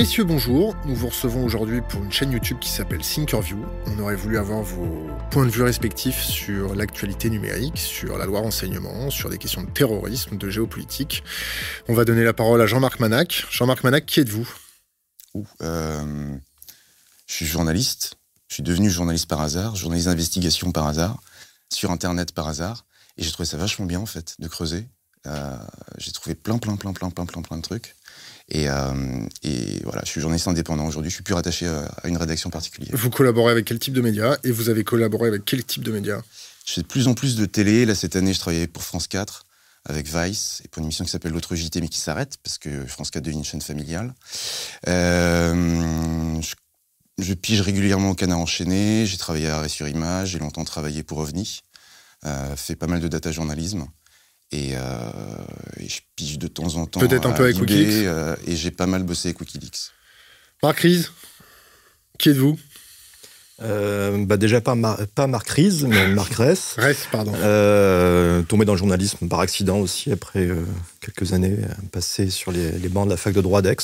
Messieurs, bonjour. Nous vous recevons aujourd'hui pour une chaîne YouTube qui s'appelle Thinkerview. On aurait voulu avoir vos points de vue respectifs sur l'actualité numérique, sur la loi renseignement, sur des questions de terrorisme, de géopolitique. On va donner la parole à Jean-Marc Manac. Jean-Marc Manac, qui êtes-vous ? Je suis journaliste. Je suis devenu journaliste par hasard, journaliste d'investigation par hasard, sur Internet par hasard. Et j'ai trouvé ça vachement bien, en fait, de creuser. J'ai trouvé plein de trucs. Et voilà, je suis journaliste indépendant aujourd'hui. Je suis plus rattaché à une rédaction particulière. Vous collaborez avec quel type de médias ? Et vous avez collaboré avec quel type de médias ? Je fais de plus en plus de télé. Là, cette année, je travaillais pour France 4, avec Vice, et pour une émission qui s'appelle L'autre JT, mais qui s'arrête, parce que France 4 devient une chaîne familiale. Je pige régulièrement au Canard enchaîné. J'ai travaillé à Arrêt sur Image. J'ai longtemps travaillé pour OVNI. Fait pas mal de data journalisme. Et je pige de temps en temps. Peut-être un peu avec Wikileaks. Et j'ai pas mal bossé avec Wikileaks. Marc Ries, qui êtes-vous ? Déjà pas Marc Ries, mais Marc Ress. Ress, pardon. Tombé dans le journalisme par accident aussi, après quelques années passées sur les bancs de la fac de droit d'Aix.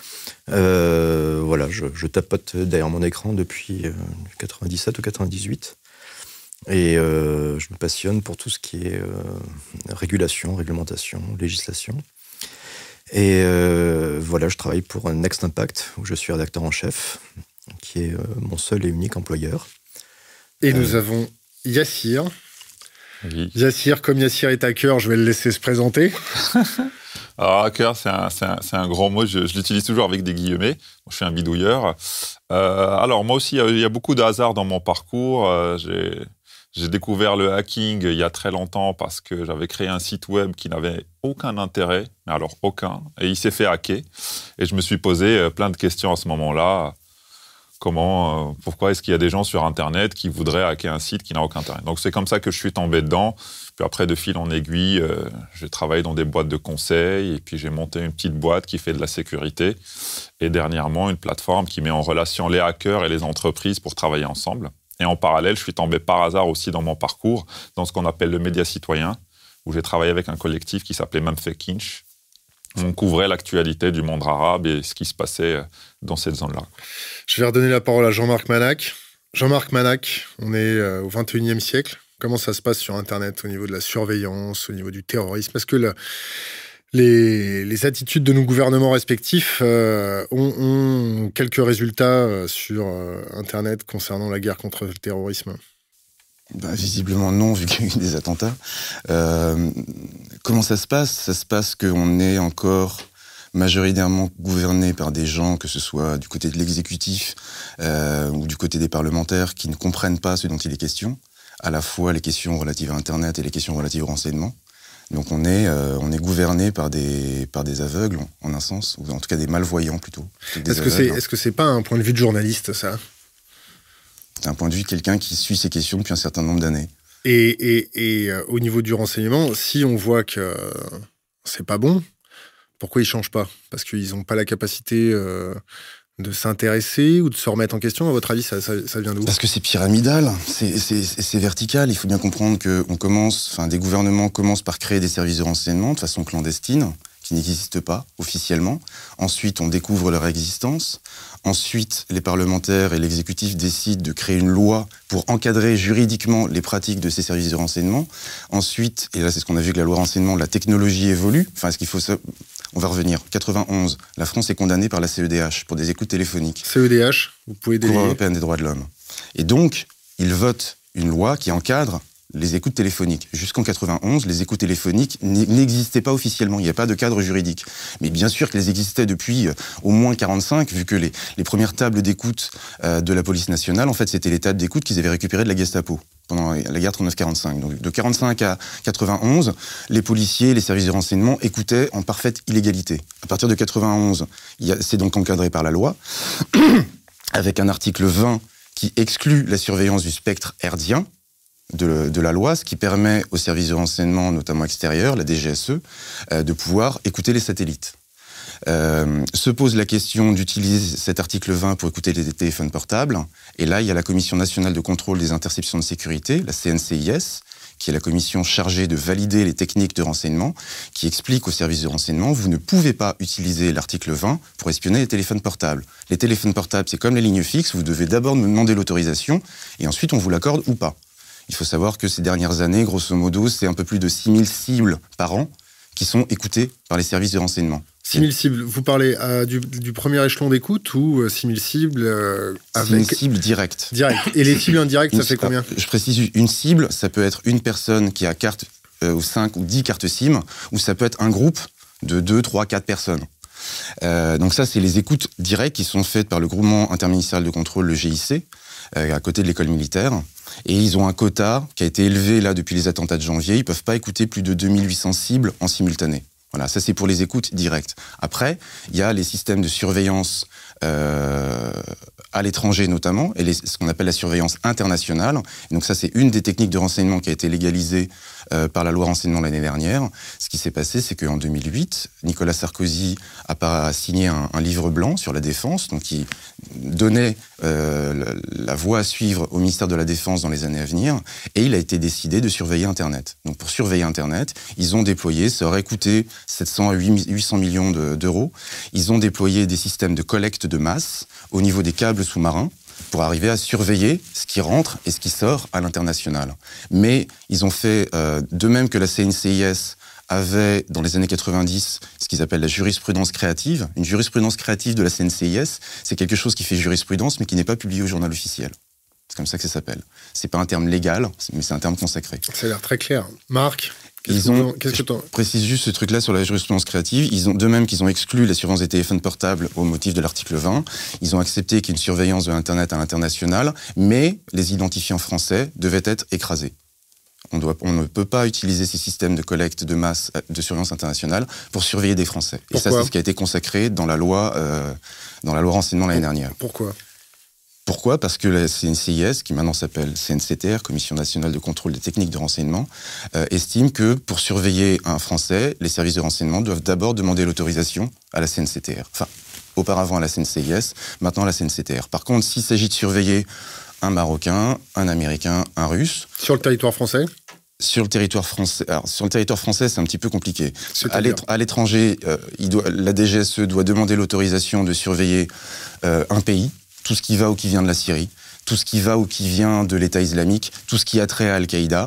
Voilà, je tapote derrière mon écran depuis 97 ou 98. Et je me passionne pour tout ce qui est régulation, réglementation, législation. Et voilà, je travaille pour Next Impact, où je suis rédacteur en chef, qui est mon seul et unique employeur. Et nous avons Yassir. Oui. Yassir, comme Yassir est hacker, je vais le laisser se présenter. Alors, hacker, c'est un grand mot, je l'utilise toujours avec des guillemets. Je suis un bidouilleur. Alors, moi aussi, il y a beaucoup de hasard dans mon parcours. J'ai découvert le hacking il y a très longtemps parce que j'avais créé un site web qui n'avait aucun intérêt, mais alors aucun, et il s'est fait hacker. Et je me suis posé plein de questions à ce moment-là. Pourquoi est-ce qu'il y a des gens sur Internet qui voudraient hacker un site qui n'a aucun intérêt ? Donc c'est comme ça que je suis tombé dedans. Puis après, de fil en aiguille, j'ai travaillé dans des boîtes de conseil, et puis j'ai monté une petite boîte qui fait de la sécurité. Et dernièrement, une plateforme qui met en relation les hackers et les entreprises pour travailler ensemble. Et en parallèle, je suis tombé par hasard aussi dans mon parcours, dans ce qu'on appelle le média citoyen, où j'ai travaillé avec un collectif qui s'appelait Mamfekinch. On couvrait l'actualité du monde arabe et ce qui se passait dans cette zone-là. Je vais redonner la parole à Jean-Marc Manac. Jean-Marc Manac, on est au 21e siècle. Comment ça se passe sur Internet au niveau de la surveillance, au niveau du terrorisme ? Est-ce que les attitudes de nos gouvernements respectifs ont quelques résultats sur Internet concernant la guerre contre le terrorisme ? Visiblement non, vu qu'il y a eu des attentats. Comment ça se passe ? Ça se passe qu'on est encore majoritairement gouverné par des gens, que ce soit du côté de l'exécutif ou du côté des parlementaires, qui ne comprennent pas ce dont il est question, à la fois les questions relatives à Internet et les questions relatives au renseignement. Donc on est gouverné par des aveugles, en un sens, ou en tout cas des malvoyants plutôt. Est-ce que c'est pas un point de vue de journaliste, ça ? C'est un point de vue de quelqu'un qui suit ces questions depuis un certain nombre d'années. Et au niveau du renseignement, si on voit que c'est pas bon, pourquoi ils changent pas ? Parce qu'ils n'ont pas la capacité de s'intéresser ou de se remettre en question. À votre avis, ça vient d'où ? Parce que c'est pyramidal, c'est vertical. Il faut bien comprendre que des gouvernements commencent par créer des services de renseignement de façon clandestine, qui n'existent pas officiellement. Ensuite, on découvre leur existence. Ensuite, les parlementaires et l'exécutif décident de créer une loi pour encadrer juridiquement les pratiques de ces services de renseignement. Ensuite, et là c'est ce qu'on a vu avec la loi renseignement, la technologie évolue. On va revenir. 91, la France est condamnée par la CEDH pour des écoutes téléphoniques. CEDH, vous pouvez délier. Cour européenne des droits de l'homme. Et donc, ils votent une loi qui encadre les écoutes téléphoniques. Jusqu'en 91, les écoutes téléphoniques n'existaient pas officiellement. Il n'y a pas de cadre juridique. Mais bien sûr qu'elles existaient depuis au moins 45, vu que les premières tables d'écoute de la police nationale, en fait, c'était les tables d'écoute qu'ils avaient récupérées de la Gestapo pendant la guerre 39-45. Donc, de 45 à 91, les policiers, les services de renseignement écoutaient en parfaite illégalité. À partir de 91, c'est donc encadré par la loi, avec un article 20 qui exclut la surveillance du spectre herdien de la loi, ce qui permet aux services de renseignement, notamment extérieurs, la DGSE, de pouvoir écouter les satellites. Se pose la question d'utiliser cet article 20 pour écouter les téléphones portables. Et là, il y a la Commission nationale de contrôle des interceptions de sécurité, la CNCIS, qui est la commission chargée de valider les techniques de renseignement, qui explique aux services de renseignement, vous ne pouvez pas utiliser l'article 20 pour espionner les téléphones portables. Les téléphones portables, c'est comme les lignes fixes, vous devez d'abord nous demander l'autorisation, et ensuite on vous l'accorde ou pas. Il faut savoir que ces dernières années, grosso modo, c'est un peu plus de 6000 cibles par an qui sont écoutées par les services de renseignement. 6000 cibles, vous parlez du premier échelon d'écoute ou 6000 cibles avec... 6000 cibles directes. Direct. Et les cibles indirectes, ça fait combien ? Je précise, une cible, ça peut être une personne qui a carte, ou 5 ou 10 cartes SIM, ou ça peut être un groupe de 2, 3, 4 personnes. Donc ça, c'est les écoutes directes qui sont faites par le groupement interministériel de contrôle, le GIC, à côté de l'école militaire. Et ils ont un quota qui a été élevé là depuis les attentats de janvier. Ils ne peuvent pas écouter plus de 2800 cibles en simultané. Voilà, ça c'est pour les écoutes directes. Après, il y a les systèmes de surveillance à l'étranger notamment, et ce qu'on appelle la surveillance internationale. Et donc ça, c'est une des techniques de renseignement qui a été légalisée par la loi renseignement l'année dernière. Ce qui s'est passé, c'est qu'en 2008, Nicolas Sarkozy a signé un livre blanc sur la défense, donc qui donnait la voie à suivre au ministère de la Défense dans les années à venir, et il a été décidé de surveiller Internet. Donc pour surveiller Internet, ils ont déployé, ça aurait coûté 700 à 800 millions d'euros, ils ont déployé des systèmes de collecte de masse au niveau des câbles sous-marins, pour arriver à surveiller ce qui rentre et ce qui sort à l'international. Mais ils ont fait, de même que la CNCIS avait, dans les années 90, ce qu'ils appellent la jurisprudence créative. Une jurisprudence créative de la CNCIS, c'est quelque chose qui fait jurisprudence, mais qui n'est pas publié au journal officiel. C'est comme ça que ça s'appelle. C'est pas un terme légal, mais c'est un terme consacré. Ça a l'air très clair. Marc, je précise juste ce truc-là sur la jurisprudence créative. De même qu'ils ont exclu la surveillance des téléphones portables au motif de l'article 20, ils ont accepté qu'il y ait une surveillance de l'Internet à l'international, mais les identifiants français devaient être écrasés. On ne peut pas utiliser ces systèmes de collecte de masse de surveillance internationale pour surveiller des Français. Pourquoi ? Et ça, c'est ce qui a été consacré dans la loi renseignement l'année dernière. Pourquoi ? Parce que la CNCIS, qui maintenant s'appelle CNCTR, Commission nationale de contrôle des techniques de renseignement, estime que pour surveiller un Français, les services de renseignement doivent d'abord demander l'autorisation à la CNCTR. Enfin, auparavant à la CNCIS, maintenant à la CNCTR. Par contre, s'il s'agit de surveiller un Marocain, un Américain, un Russe... Sur le territoire français ? Sur le territoire français, c'est un petit peu compliqué. À l'étranger, la DGSE doit demander l'autorisation de surveiller un pays, tout ce qui va ou qui vient de la Syrie, tout ce qui va ou qui vient de l'État islamique, tout ce qui a trait à Al-Qaïda.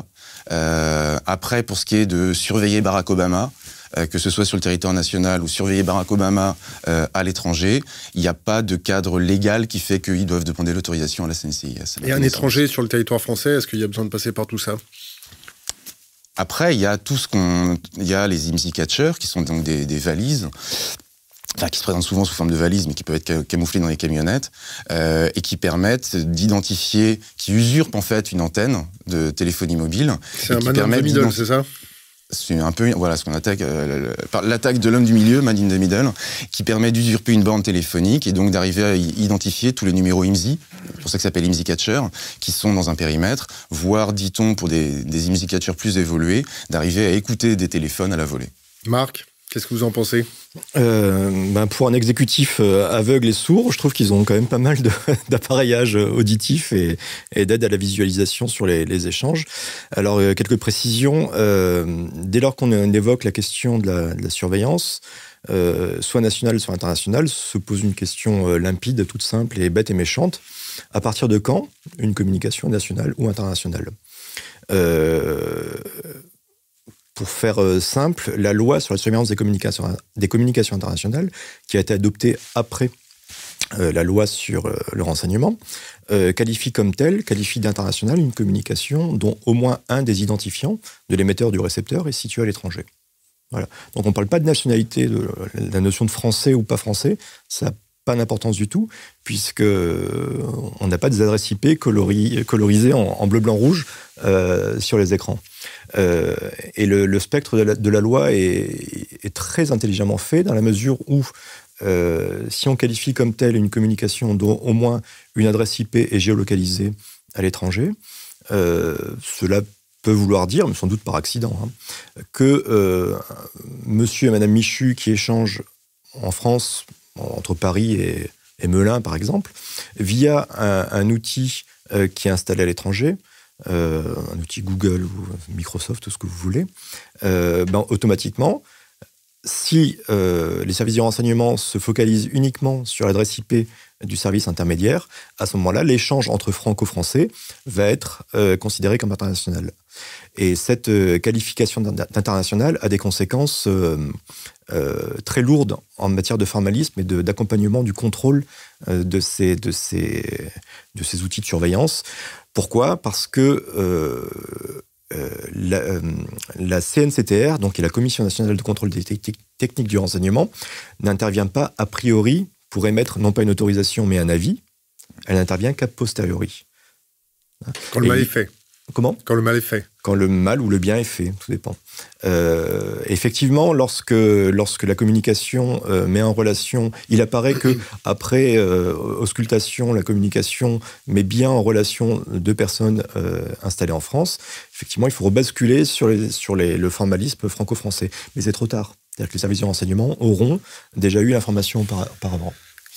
Après, pour ce qui est de surveiller Barack Obama, que ce soit sur le territoire national ou surveiller Barack Obama à l'étranger, il n'y a pas de cadre légal qui fait qu'ils doivent demander l'autorisation à la CNCIS. Et un étranger sur le territoire français, est-ce qu'il y a besoin de passer par tout ça ? Après, il y a les IMSI catchers, qui sont donc des valises, qui se présentent souvent sous forme de valises, mais qui peuvent être camouflées dans les camionnettes, et qui permettent d'identifier, qui usurpent en fait une antenne de téléphonie mobile. C'est un man in the middle, c'est ça ? C'est un peu, ce qu'on attaque, l'attaque de l'homme du milieu, man in the middle, qui permet d'usurper une borne téléphonique et donc d'arriver à identifier tous les numéros IMSI, c'est pour ça que ça s'appelle IMSI Catcher, qui sont dans un périmètre, voire, dit-on, pour des IMSI Catchers plus évolués, d'arriver à écouter des téléphones à la volée. Marc, qu'est-ce que vous en pensez ? Pour un exécutif aveugle et sourd, je trouve qu'ils ont quand même pas mal d'appareillage auditif et d'aide à la visualisation sur les échanges. Alors, quelques précisions. Dès lors qu'on évoque la question de la surveillance, soit nationale, soit internationale, se pose une question limpide, toute simple et bête et méchante. À partir de quand une communication nationale ou internationale ? Pour faire simple, la loi sur la surveillance des communications internationales, qui a été adoptée après la loi sur le renseignement, qualifie d'internationale une communication dont au moins un des identifiants de l'émetteur du récepteur est situé à l'étranger. Voilà. Donc on ne parle pas de nationalité, de la notion de français ou pas français, ça n'a pas d'importance du tout, puisque on n'a pas des adresses IP colorisées en bleu, blanc, rouge sur les écrans. Et le spectre de la loi est très intelligemment fait dans la mesure où si on qualifie comme telle une communication dont au moins une adresse IP est géolocalisée à l'étranger, cela peut vouloir dire, mais sans doute par accident, que monsieur et madame Michu qui échangent en France, entre Paris et Melun, par exemple, via un outil qui est installé à l'étranger, un outil Google ou Microsoft, tout ce que vous voulez, automatiquement, si les services de renseignement se focalisent uniquement sur l'adresse IP du service intermédiaire, à ce moment-là, l'échange entre franco-français va être considéré comme international. Et cette qualification d'international a des conséquences très lourdes en matière de formalisme et d'accompagnement du contrôle de ces outils de surveillance. Pourquoi ? Parce que la CNCTR, donc qui est la Commission nationale de contrôle des techniques du renseignement, n'intervient pas a priori pour émettre non pas une autorisation mais un avis. Elle n'intervient qu'a posteriori. Quand le mal est fait. Comment ? Quand le mal est fait. Quand le mal ou le bien est fait, tout dépend. Effectivement, lorsque la communication met en relation, il apparaît que après auscultation, la communication met bien en relation deux personnes installées en France. Effectivement, il faut rebasculer sur le formalisme franco-français, mais c'est trop tard. C'est-à-dire que les services de renseignement auront déjà eu l'information auparavant.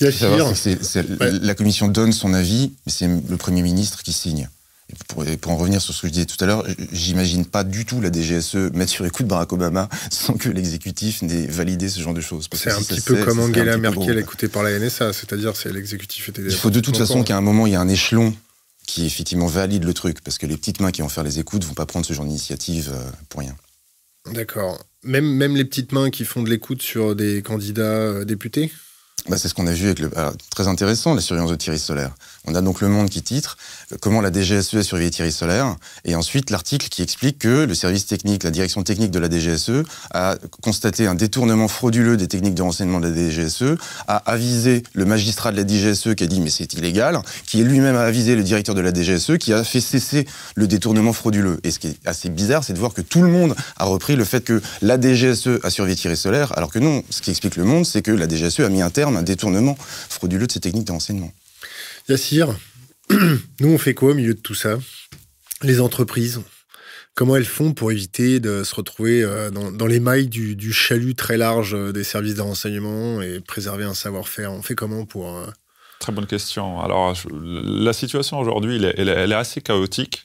La commission donne son avis, mais c'est le Premier ministre qui signe. Pour en revenir sur ce que je disais tout à l'heure, j'imagine pas du tout la DGSE mettre sur écoute Barack Obama sans que l'exécutif n'ait validé ce genre de choses. C'est un petit peu comme Angela Merkel écoutée par la NSA, c'est-à-dire c'est l'exécutif était... Il faut de toute façon qu'à un moment, il y a un échelon qui effectivement valide le truc, parce que les petites mains qui vont faire les écoutes vont pas prendre ce genre d'initiative pour rien. D'accord. Même les petites mains qui font de l'écoute sur des candidats députés ? C'est ce qu'on a vu avec très intéressant, la surveillance de Thierry Solaire. On a donc Le Monde qui titre comment la DGSE a surveillé Thierry Solaire, et ensuite l'article qui explique que le service technique, la direction technique de la DGSE a constaté un détournement frauduleux des techniques de renseignement de la DGSE, a avisé le magistrat de la DGSE qui a dit mais c'est illégal, qui lui-même a avisé le directeur de la DGSE qui a fait cesser le détournement frauduleux. Et ce qui est assez bizarre, c'est de voir que tout le monde a repris le fait que la DGSE a surveillé Thierry Solaire, alors que non, ce qui explique Le Monde, c'est que la DGSE a mis un terme à un détournement frauduleux de ces techniques de renseignement. Yassir, nous on fait quoi au milieu de tout ça ? Les entreprises, comment elles font pour éviter de se retrouver dans les mailles du chalut très large des services de renseignement et préserver un savoir-faire ? On fait comment pour... Très bonne question. Alors, la situation aujourd'hui, elle est assez chaotique.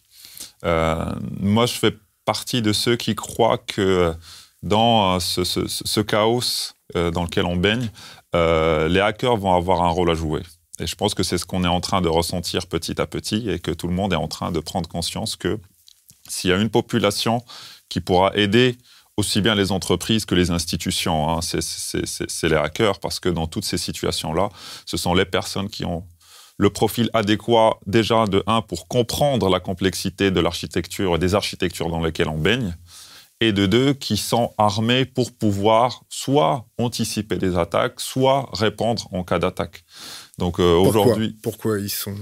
Moi, je fais partie de ceux qui croient que dans ce chaos dans lequel on baigne, les hackers vont avoir un rôle à jouer. Et je pense que c'est ce qu'on est en train de ressentir petit à petit et que tout le monde est en train de prendre conscience que s'il y a une population qui pourra aider aussi bien les entreprises que les institutions, c'est les hackers, parce que dans toutes ces situations-là, ce sont les personnes qui ont le profil adéquat déjà de 1 pour comprendre la complexité de l'architecture et des architectures dans lesquelles on baigne, et de 2 qui sont armés pour pouvoir soit anticiper des attaques, soit répondre en cas d'attaque. Donc aujourd'hui... Pourquoi ils sont...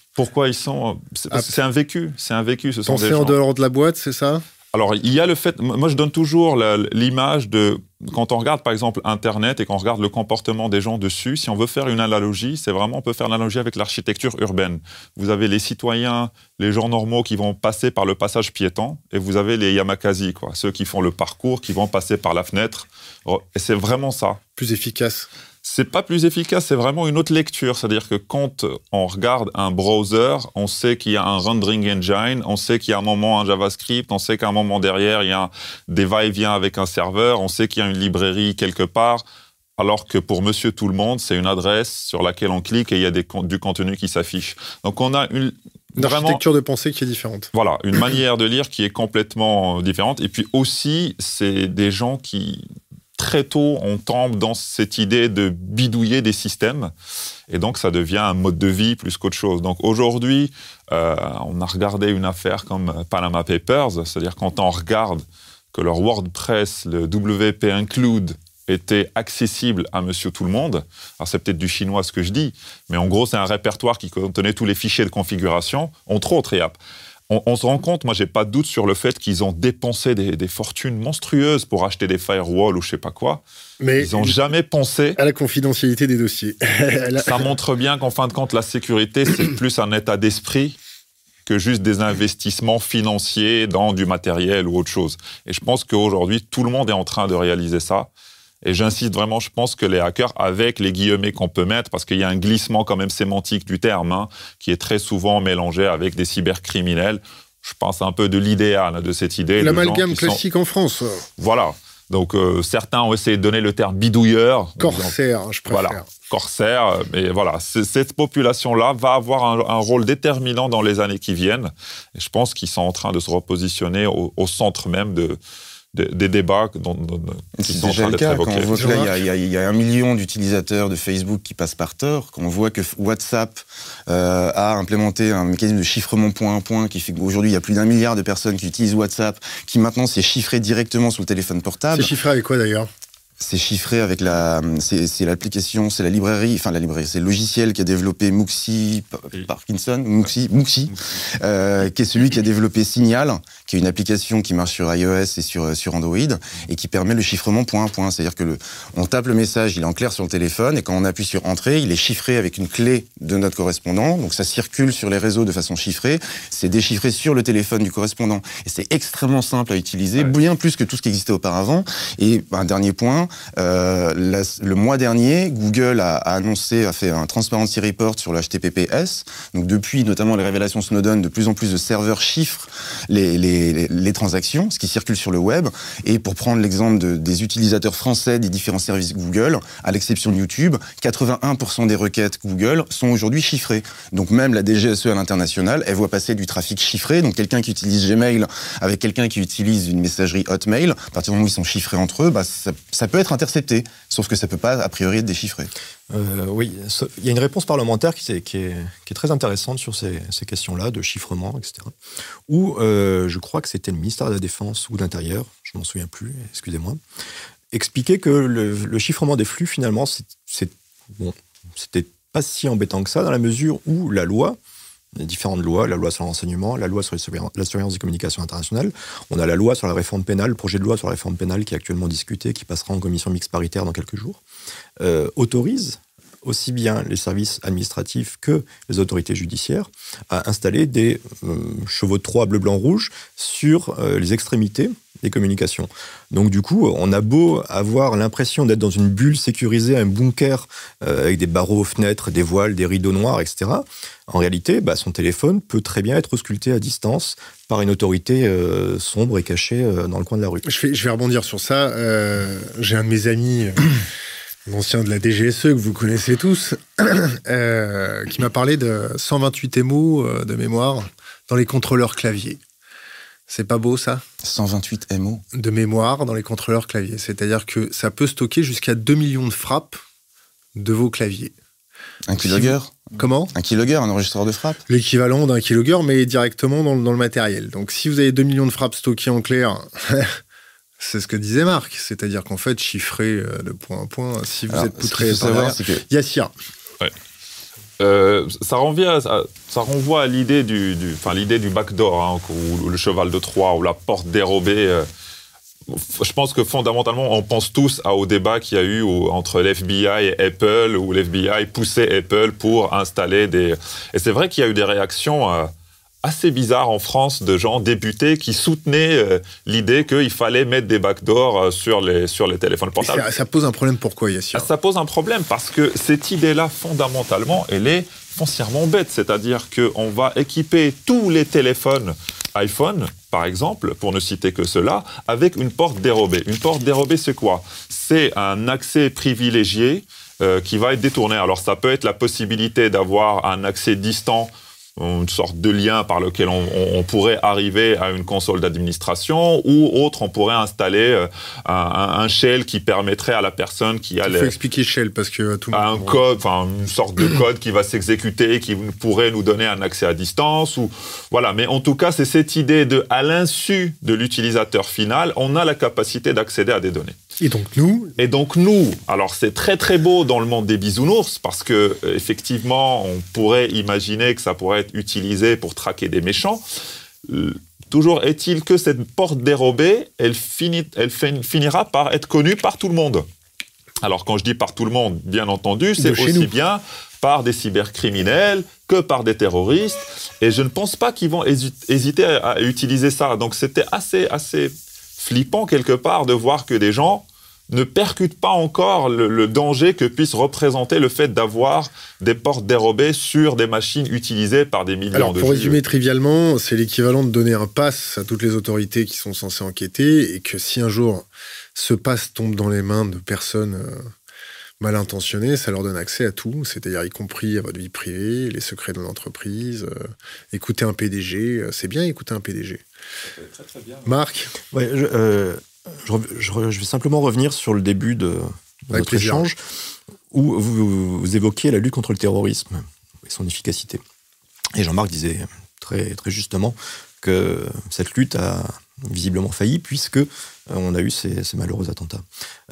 C'est un vécu. Ce sont des penser gens... en dehors de la boîte, c'est ça ? Alors, il y a le fait... Moi, je donne toujours l'image de... Quand on regarde, par exemple, Internet et qu'on regarde le comportement des gens dessus, si on veut faire une analogie, c'est vraiment... On peut faire l'analogie avec l'architecture urbaine. Vous avez les citoyens, les gens normaux qui vont passer par le passage piéton, et vous avez les yamakasi, quoi, ceux qui font le parcours, qui vont passer par la fenêtre. Et c'est vraiment ça. Plus efficace. C'est pas plus efficace, c'est vraiment une autre lecture. C'est-à-dire que quand on regarde un browser, on sait qu'il y a un rendering engine, on sait qu'il y a un moment un JavaScript, on sait qu'à un moment derrière, il y a des va-et-vient avec un serveur, on sait qu'il y a une librairie quelque part, alors que pour Monsieur Tout-le-Monde, c'est une adresse sur laquelle on clique et il y a du contenu qui s'affiche. Donc on a une architecture de pensée qui est différente. Voilà, une manière de lire qui est complètement différente. Et puis aussi, c'est des gens qui... Très tôt, on tombe dans cette idée de bidouiller des systèmes. Et donc, ça devient un mode de vie plus qu'autre chose. Donc, aujourd'hui, on a regardé une affaire comme Panama Papers. C'est-à-dire, quand on regarde que leur WordPress, le WP Include, était accessible à Monsieur Tout-le-Monde. Alors, c'est peut-être du chinois ce que je dis, mais en gros, c'est un répertoire qui contenait tous les fichiers de configuration, entre autres. On se rend compte, moi, j'ai pas de doute sur le fait qu'ils ont dépensé des fortunes monstrueuses pour acheter des firewalls ou je sais pas quoi. Mais ils n'ont jamais pensé à la confidentialité des dossiers. Ça montre bien qu'en fin de compte, la sécurité, c'est plus un état d'esprit que juste des investissements financiers dans du matériel ou autre chose. Et je pense qu'aujourd'hui, tout le monde est en train de réaliser ça. Et j'insiste vraiment, je pense que les hackers, avec les guillemets qu'on peut mettre, parce qu'il y a un glissement quand même sémantique du terme, qui est très souvent mélangé avec des cybercriminels. Je pense un peu de l'idéal de cette idée. L'amalgame classique en France. Voilà. Donc, certains ont essayé de donner le terme bidouilleur. Corsaire, je préfère. Voilà, corsaire. Mais voilà, cette population-là va avoir un rôle déterminant dans les années qui viennent. Et je pense qu'ils sont en train de se repositionner au centre même des débats qui sont en train d'être évoqués. Quand on voit que là, il y a 1 million d'utilisateurs de Facebook qui passent par Tor, quand on voit que WhatsApp a implémenté un mécanisme de chiffrement point à point qui fait qu'aujourd'hui, il y a plus d'1 milliard de personnes qui utilisent WhatsApp, qui maintenant s'est chiffré directement sur le téléphone portable. C'est chiffré avec quoi d'ailleurs ? C'est chiffré avec c'est l'application, c'est la librairie, c'est le logiciel qui a développé Muxi, qui est celui qui a développé Signal, qui est une application qui marche sur iOS et sur Android, et qui permet le chiffrement point à point. C'est-à-dire que on tape le message, il est en clair sur le téléphone, et quand on appuie sur Entrée, il est chiffré avec une clé de notre correspondant, donc ça circule sur les réseaux de façon chiffrée, c'est déchiffré sur le téléphone du correspondant. Et c'est extrêmement simple à utiliser, bien plus que tout ce qui existait auparavant. Et un dernier point, le mois dernier, Google a fait un Transparency Report sur le HTTPS. Donc depuis, notamment les révélations Snowden, de plus en plus de serveurs chiffrent les transactions, ce qui circule sur le web. Et pour prendre l'exemple des utilisateurs français des différents services Google, à l'exception de YouTube, 81% des requêtes Google sont aujourd'hui chiffrées. Donc même la DGSE à l'international, elle voit passer du trafic chiffré. Donc quelqu'un qui utilise Gmail avec quelqu'un qui utilise une messagerie Hotmail, à partir du moment où ils sont chiffrés entre eux, ça peut être intercepté, sauf que ça peut pas, a priori, être déchiffré. Oui, il y a une réponse parlementaire qui est très intéressante sur ces questions-là, de chiffrement, etc. Où, je crois que c'était le ministère de la Défense ou de l'Intérieur, je m'en souviens plus, excusez-moi, expliquait que le chiffrement des flux, finalement, c'était pas si embêtant que ça, dans la mesure où la loi, les différentes lois, la loi sur le renseignement, la loi sur la surveillance des communications internationales, on a la loi sur la réforme pénale, le projet de loi sur la réforme pénale qui est actuellement discuté, qui passera en commission mixte paritaire dans quelques jours, autorise aussi bien les services administratifs que les autorités judiciaires à installer des chevaux de Troie bleu, blanc, rouge sur les extrémités des communications. Donc du coup, on a beau avoir l'impression d'être dans une bulle sécurisée, un bunker avec des barreaux aux fenêtres, des voiles, des rideaux noirs, etc. En réalité, son téléphone peut très bien être ausculté à distance par une autorité sombre et cachée dans le coin de la rue. Je vais rebondir sur ça. J'ai un de mes amis... l'ancien de la DGSE, que vous connaissez tous, qui m'a parlé de 128 MO de mémoire dans les contrôleurs clavier. C'est pas beau, ça ? 128 MO de mémoire dans les contrôleurs clavier. C'est-à-dire que ça peut stocker jusqu'à 2 millions de frappes de vos claviers. Un keylogger ? Comment ? Un keylogger, un enregistreur de frappe ? L'équivalent d'un keylogger, mais directement dans le matériel. Donc, si vous avez 2 millions de frappes stockées en clair... C'est ce que disait Marc, c'est-à-dire qu'en fait, chiffrer de point à point, si vous êtes poutré par derrière... Yassir. Ouais. Ça renvoie à l'idée l'idée du backdoor, ou le cheval de Troie, ou la porte dérobée. Je pense que fondamentalement, on pense tous au débat qu'il y a eu entre l'FBI et Apple, où l'FBI poussait Apple pour installer des... Et c'est vrai qu'il y a eu des réactions... assez bizarre en France de gens députés qui soutenaient l'idée qu'il fallait mettre des backdoors sur les téléphones portables. Ça pose un problème pourquoi, Yassir ? Ça pose un problème parce que cette idée-là, fondamentalement, elle est foncièrement bête. C'est-à-dire qu'on va équiper tous les téléphones iPhone, par exemple, pour ne citer que cela, avec une porte dérobée. Une porte dérobée, c'est quoi ? C'est un accès privilégié qui va être détourné. Alors, ça peut être la possibilité d'avoir un accès distant, une sorte de lien par lequel on pourrait arriver à une console d'administration, ou autre, on pourrait installer un shell qui permettrait à la personne qui a... Il faut expliquer shell parce que tout le monde... Un code, une sorte de code qui va s'exécuter, qui pourrait nous donner un accès à distance, ou voilà. Mais en tout cas, c'est cette idée à l'insu de l'utilisateur final, on a la capacité d'accéder à des données. Et donc nous, alors c'est très très beau dans le monde des bisounours parce que effectivement, on pourrait imaginer que ça pourrait être utilisé pour traquer des méchants. Toujours est-il que cette porte dérobée, elle finira par être connue par tout le monde. Alors quand je dis par tout le monde, bien entendu, c'est aussi bien par des cybercriminels que par des terroristes. Et je ne pense pas qu'ils vont hésiter à utiliser ça. Donc c'était assez flippant quelque part de voir que des gens ne percute pas encore le danger que puisse représenter le fait d'avoir des portes dérobées sur des machines utilisées par des millions de juges. Alors, pour résumer trivialement, c'est l'équivalent de donner un pass à toutes les autorités qui sont censées enquêter, et que si un jour ce pass tombe dans les mains de personnes mal intentionnées, ça leur donne accès à tout, c'est-à-dire y compris à votre vie privée, les secrets de l'entreprise, écouter un PDG, c'est bien écouter un PDG. Très, très bien. Marc ? Ouais, je vais simplement revenir sur le début de notre échange, où vous évoquiez la lutte contre le terrorisme et son efficacité. Et Jean-Marc disait très, très justement que cette lutte a visiblement failli, puisque on a eu ces malheureux attentats.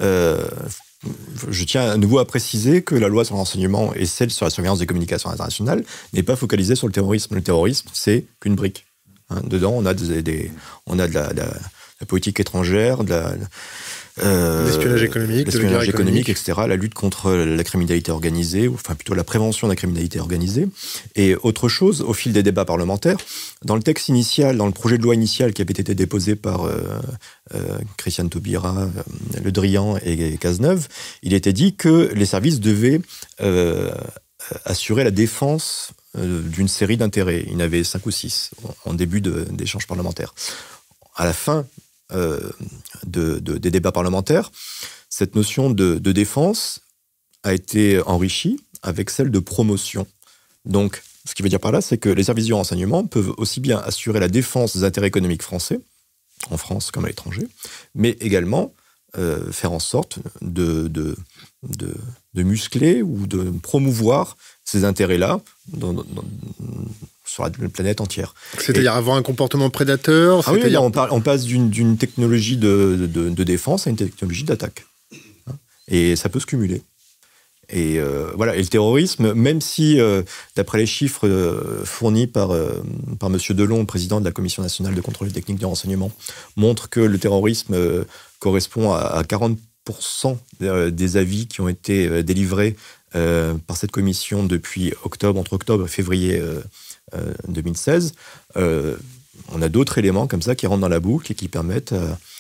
Je tiens à nouveau à préciser que la loi sur le renseignement et celle sur la surveillance des communications internationales n'est pas focalisée sur le terrorisme. Le terrorisme, c'est qu'une brique. Dedans, on a de la politique étrangère, l'espionnage économique, etc., la lutte contre la criminalité organisée, ou enfin plutôt la prévention de la criminalité organisée. Et autre chose, au fil des débats parlementaires, dans le texte initial, dans le projet de loi initial qui avait été déposé par Christiane Taubira, Le Drian et Cazeneuve, il était dit que les services devaient assurer la défense d'une série d'intérêts. Il y en avait 5 ou 6 en début d'échanges parlementaires. À la fin des débats parlementaires, cette notion de défense a été enrichie avec celle de promotion. Donc, ce qui veut dire par là, c'est que les services du renseignement peuvent aussi bien assurer la défense des intérêts économiques français, en France comme à l'étranger, mais également faire en sorte de muscler ou de promouvoir ces intérêts-là sur la planète entière. C'est-à-dire avoir un comportement prédateur. Ah oui, on passe d'une technologie de défense à une technologie d'attaque. Et ça peut se cumuler. Et voilà. Et le terrorisme, même si, d'après les chiffres fournis par M. Delon, président de la Commission nationale de contrôle technique du renseignement, montre que le terrorisme correspond à 40% des avis qui ont été délivrés par cette commission depuis entre octobre et février 2016. On a d'autres éléments comme ça qui rentrent dans la boucle et qui permettent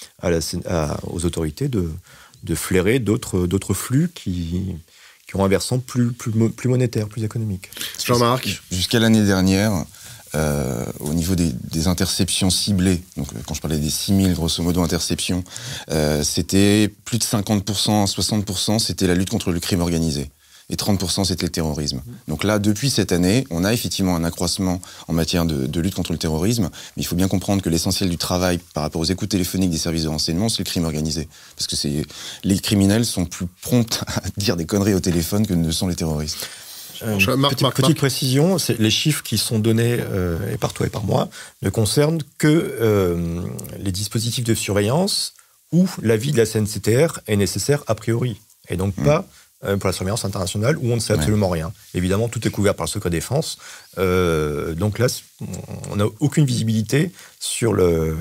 aux autorités de flairer d'autres flux qui ont un versant plus monétaire, plus économique. Jean-Marc ? Jusqu'à l'année dernière, au niveau des interceptions ciblées, donc quand je parlais des 6000 grosso modo interceptions, c'était plus de 50%, 60%, c'était la lutte contre le crime organisé. Et 30%, c'était le terrorisme. Donc là, depuis cette année, on a effectivement un accroissement en matière de lutte contre le terrorisme, mais il faut bien comprendre que l'essentiel du travail par rapport aux écoutes téléphoniques des services de renseignement, c'est le crime organisé. Parce que les criminels sont plus prompts à dire des conneries au téléphone que ne sont les terroristes. Petite précision, les chiffres qui sont donnés et par toi et par moi ne concernent que les dispositifs de surveillance où l'avis de la CNCTR est nécessaire a priori, et donc pas pour la surveillance internationale, où on ne sait absolument rien. Évidemment, tout est couvert par le secret défense. Donc là, on n'a aucune visibilité sur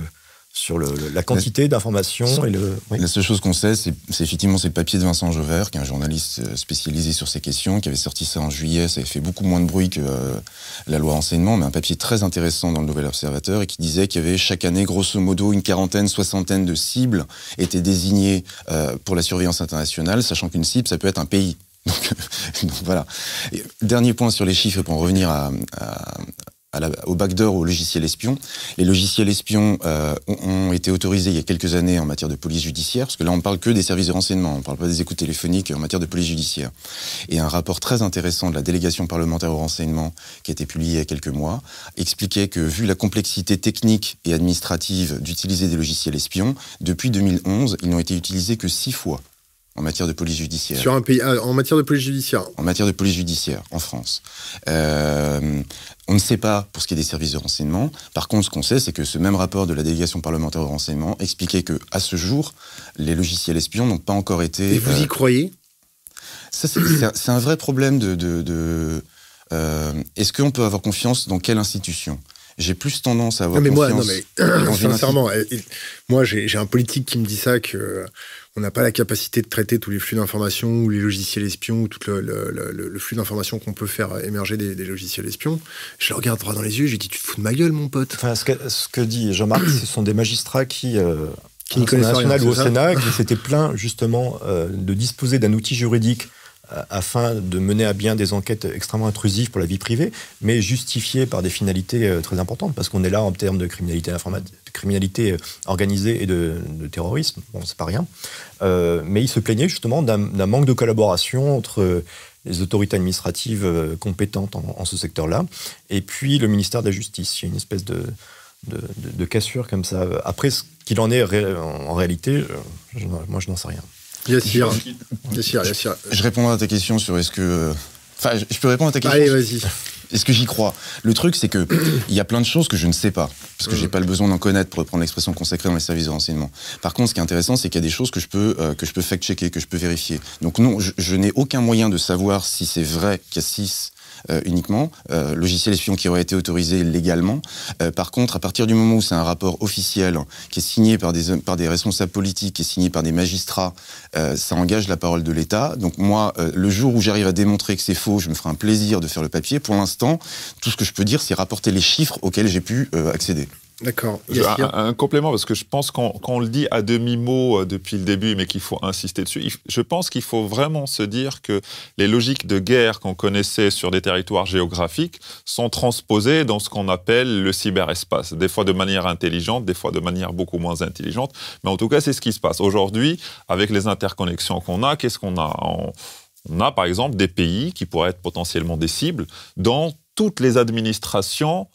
la quantité d'informations. La seule chose qu'on sait, c'est effectivement le papier de Vincent Jauvert, qui est un journaliste spécialisé sur ces questions, qui avait sorti ça en juillet. Ça avait fait beaucoup moins de bruit que la loi renseignement, mais un papier très intéressant dans le Nouvel Observateur, et qui disait qu'il y avait chaque année, grosso modo, une quarantaine, soixantaine de cibles étaient désignées pour la surveillance internationale, sachant qu'une cible, ça peut être un pays. Donc voilà. Et, dernier point sur les chiffres, pour en revenir au backdoor, au logiciel espion. Les logiciels espions ont été autorisés il y a quelques années en matière de police judiciaire, parce que là on parle que des services de renseignement, on ne parle pas des écoutes téléphoniques en matière de police judiciaire. Et un rapport très intéressant de la délégation parlementaire au renseignement, qui a été publié il y a quelques mois, expliquait que vu la complexité technique et administrative d'utiliser des logiciels espions, depuis 2011, ils n'ont été utilisés que 6 fois. En matière de police judiciaire. Sur un pays, en matière de police judiciaire. En matière de police judiciaire, en France. On ne sait pas pour ce qui est des services de renseignement. Par contre, ce qu'on sait, c'est que ce même rapport de la délégation parlementaire au renseignement expliquait qu'à ce jour, les logiciels espions n'ont pas encore été... Et vous y croyez ? Ça, c'est un vrai problème est-ce qu'on peut avoir confiance dans quelle institution ? J'ai plus tendance à avoir confiance... Sincèrement, moi j'ai un politique qui me dit ça, qu'on n'a pas la capacité de traiter tous les flux d'informations ou les logiciels espions ou tout le flux d'informations qu'on peut faire émerger des logiciels espions. Je le regarde droit dans les yeux, j'ai dit, tu te fous de ma gueule, mon pote. Enfin, ce que dit Jean-Marc, ce sont des magistrats qui qui n'y connaissent rien, national ou au c'est ça Sénat, qui s'était plaint justement de disposer d'un outil juridique afin de mener à bien des enquêtes extrêmement intrusives pour la vie privée, mais justifiées par des finalités très importantes, parce qu'on est là en termes de criminalité organisée et de terrorisme, bon, c'est pas rien. Mais il se plaignait justement d'un manque de collaboration entre les autorités administratives compétentes en ce secteur-là, et puis le ministère de la Justice. Il y a une espèce de cassure comme ça. Après, ce qu'il en est en réalité, moi je n'en sais rien. Yassir. Je répondrai à ta question sur est-ce que... Enfin, je peux répondre à ta question. Allez, vas-y. Est-ce que j'y crois ? Le truc, c'est que il y a plein de choses que je ne sais pas, parce que j'ai pas le besoin d'en connaître, pour reprendre l'expression consacrée dans les services de renseignement. Par contre, ce qui est intéressant, c'est qu'il y a des choses que je peux fact-checker, que je peux vérifier. Donc non, je n'ai aucun moyen de savoir si c'est vrai qu'il y a 6 uniquement, logiciels espions qui auraient été autorisés légalement. Par contre, à partir du moment où c'est un rapport officiel qui est signé par des responsables politiques, qui est signé par des magistrats, ça engage la parole de l'État. Donc moi, le jour où j'arrive à démontrer que c'est faux, je me ferai un plaisir de faire le papier. Pour l'instant, tout ce que je peux dire, c'est rapporter les chiffres auxquels j'ai pu accéder. D'accord. Un complément, parce que je pense qu'on le dit à demi-mot depuis le début, mais qu'il faut insister dessus. Je pense qu'il faut vraiment se dire que les logiques de guerre qu'on connaissait sur des territoires géographiques sont transposées dans ce qu'on appelle le cyberespace. Des fois de manière intelligente, des fois de manière beaucoup moins intelligente. Mais en tout cas, c'est ce qui se passe. Aujourd'hui, avec les interconnexions qu'on a, qu'est-ce qu'on a ? On a, par exemple, des pays qui pourraient être potentiellement des cibles dans toutes les administrations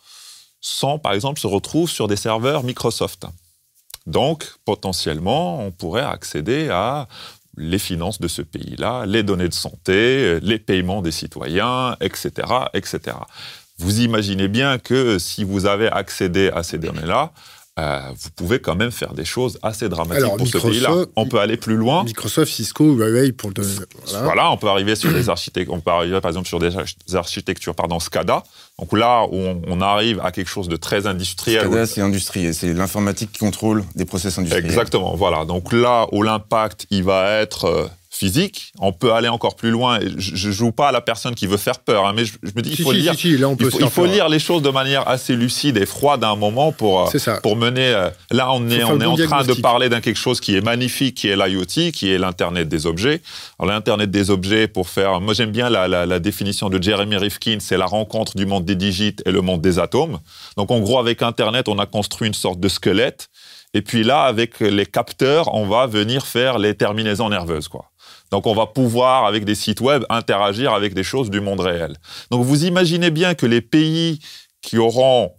par exemple, se retrouvent sur des serveurs Microsoft. Donc, potentiellement, on pourrait accéder à les finances de ce pays-là, les données de santé, les paiements des citoyens, etc., etc. Vous imaginez bien que si vous avez accédé à ces données-là, vous pouvez quand même faire des choses assez dramatiques pour ce pays-là. On peut aller plus loin. Microsoft, Cisco, Huawei pour le... Voilà, on peut arriver sur des architectures. On peut arriver par exemple sur des architectures, SCADA. Donc là où on arrive à quelque chose de très industriel. SCADA, c'est industrie, c'est l'informatique qui contrôle des process industriels. Exactement, voilà. Donc là où l'impact, il va être physique, on peut aller encore plus loin. Je joue pas à la personne qui veut faire peur, hein, mais je me dis il faut lire. Il faut lire les choses de manière assez lucide et froide à un moment pour mener. Là, on est en train de parler d'un quelque chose qui est magnifique, qui est l'IoT, qui est l'Internet des objets. Alors l'Internet des objets, moi j'aime bien la définition de Jeremy Rifkin, c'est la rencontre du monde des digits et le monde des atomes. Donc en gros, avec Internet, on a construit une sorte de squelette. Et puis là, avec les capteurs, on va venir faire les terminaisons nerveuses, quoi. Donc, on va pouvoir, avec des sites web, interagir avec des choses du monde réel. Donc, vous imaginez bien que les pays qui auront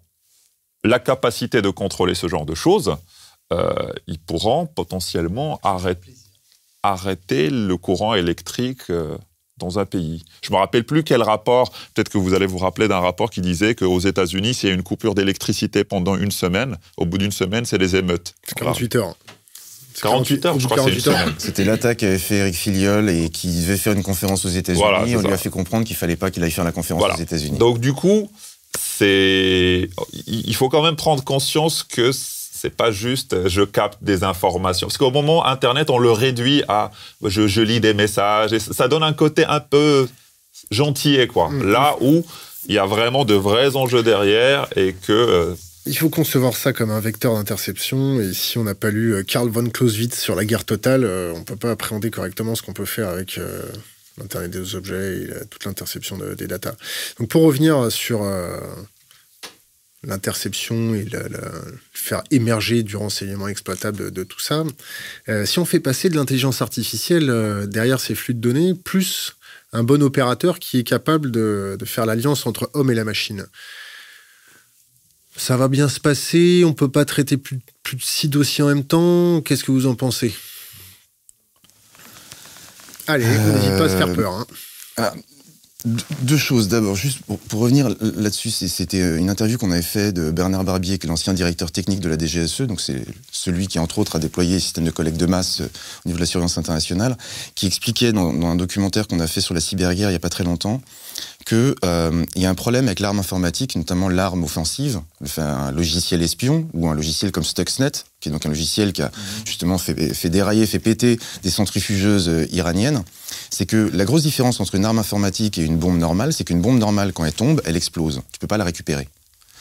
la capacité de contrôler ce genre de choses, ils pourront potentiellement arrêter le courant électrique dans un pays. Je ne me rappelle plus quel rapport, peut-être que vous allez vous rappeler d'un rapport qui disait qu'aux États-Unis, s'il y a une coupure d'électricité pendant une semaine, au bout d'une semaine, c'est les émeutes. C'est 48 heures. 48 heures, je crois que c'est une semaine. C'était l'attaque qu'avait fait Eric Filiol et qui devait faire une conférence aux États-Unis. Voilà, on lui a fait comprendre qu'il ne fallait pas qu'il aille faire la conférence aux États-Unis. Donc du coup, il faut quand même prendre conscience que c'est pas juste je capte des informations. Parce qu'au moment Internet, on le réduit à je lis des messages. Et ça donne un côté un peu gentillet, quoi. Là où il y a vraiment de vrais enjeux derrière et que... Il faut concevoir ça comme un vecteur d'interception, et si on n'a pas lu Karl von Clausewitz sur la guerre totale, on ne peut pas appréhender correctement ce qu'on peut faire avec l'Internet des objets et toute l'interception des datas. Donc pour revenir sur l'interception et le faire émerger du renseignement exploitable de tout ça, si on fait passer de l'intelligence artificielle derrière ces flux de données, plus un bon opérateur qui est capable de faire l'alliance entre homme et la machine, ça va bien se passer, on ne peut pas traiter plus de 6 dossiers en même temps. Qu'est-ce que vous en pensez ? Allez, on n'hésite pas à se faire peur. Hein. Alors, deux choses. D'abord, juste pour revenir là-dessus, c'était une interview qu'on avait faite de Bernard Barbier, qui est l'ancien directeur technique de la DGSE, donc c'est celui qui, entre autres, a déployé le système de collecte de masse au niveau de la surveillance internationale, qui expliquait dans un documentaire qu'on a fait sur la cyberguerre il n'y a pas très longtemps, qu'il y a un problème avec l'arme informatique, notamment l'arme offensive, un logiciel espion ou un logiciel comme Stuxnet, qui est donc un logiciel qui a justement fait dérailler, fait péter des centrifugeuses iraniennes. C'est que la grosse différence entre une arme informatique et une bombe normale, c'est qu'une bombe normale, quand elle tombe, elle explose. Tu ne peux pas la récupérer.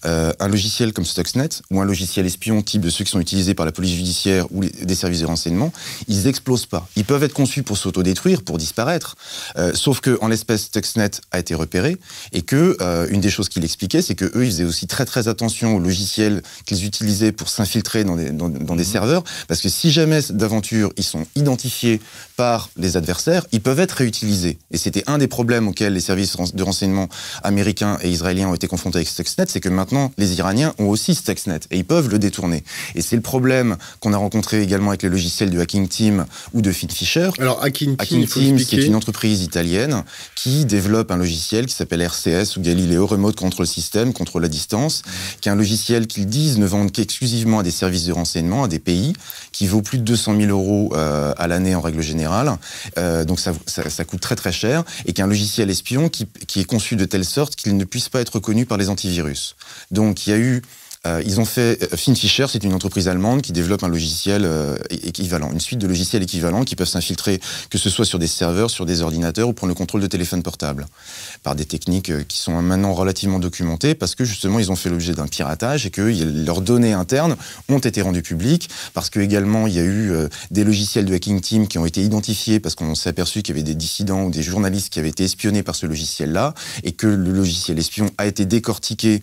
un logiciel comme Stuxnet ou un logiciel espion type de ceux qui sont utilisés par la police judiciaire ou des services de renseignement, ils explosent pas. Ils peuvent être conçus pour s'autodétruire, pour disparaître. Sauf que en l'espèce, Stuxnet a été repéré et que une des choses qu'il expliquait, c'est que eux, ils faisaient aussi très très attention aux logiciels qu'ils utilisaient pour s'infiltrer dans des serveurs, parce que si jamais d'aventure ils sont identifiés par les adversaires, ils peuvent être réutilisés. Et c'était un des problèmes auxquels les services de renseignement américains et israéliens ont été confrontés avec Stuxnet, c'est que maintenant les Iraniens ont aussi Stuxnet et ils peuvent le détourner. Et c'est le problème qu'on a rencontré également avec les logiciels de Hacking Team ou de FinFisher. Alors Hacking Team, c'est une entreprise italienne qui développe un logiciel qui s'appelle RCS ou Galileo, Remote Control System, contrôle à distance, qui est un logiciel qu'ils disent ne vendent qu'exclusivement à des services de renseignement, à des pays, qui vaut plus de 200 000 € à l'année en règle générale. Donc ça coûte très très cher, et qui est un logiciel espion qui est conçu de telle sorte qu'il ne puisse pas être reconnu par les antivirus. Donc il y a eu ils ont fait FinFisher, c'est une entreprise allemande qui développe un logiciel équivalent, une suite de logiciels équivalents qui peuvent s'infiltrer, que ce soit sur des serveurs, sur des ordinateurs ou prendre le contrôle de téléphones portables, par des techniques qui sont maintenant relativement documentées, parce que justement ils ont fait l'objet d'un piratage et que leurs données internes ont été rendues publiques, parce que également il y a eu des logiciels de Hacking Team qui ont été identifiés parce qu'on s'est aperçu qu'il y avait des dissidents ou des journalistes qui avaient été espionnés par ce logiciel-là, et que le logiciel espion a été décortiqué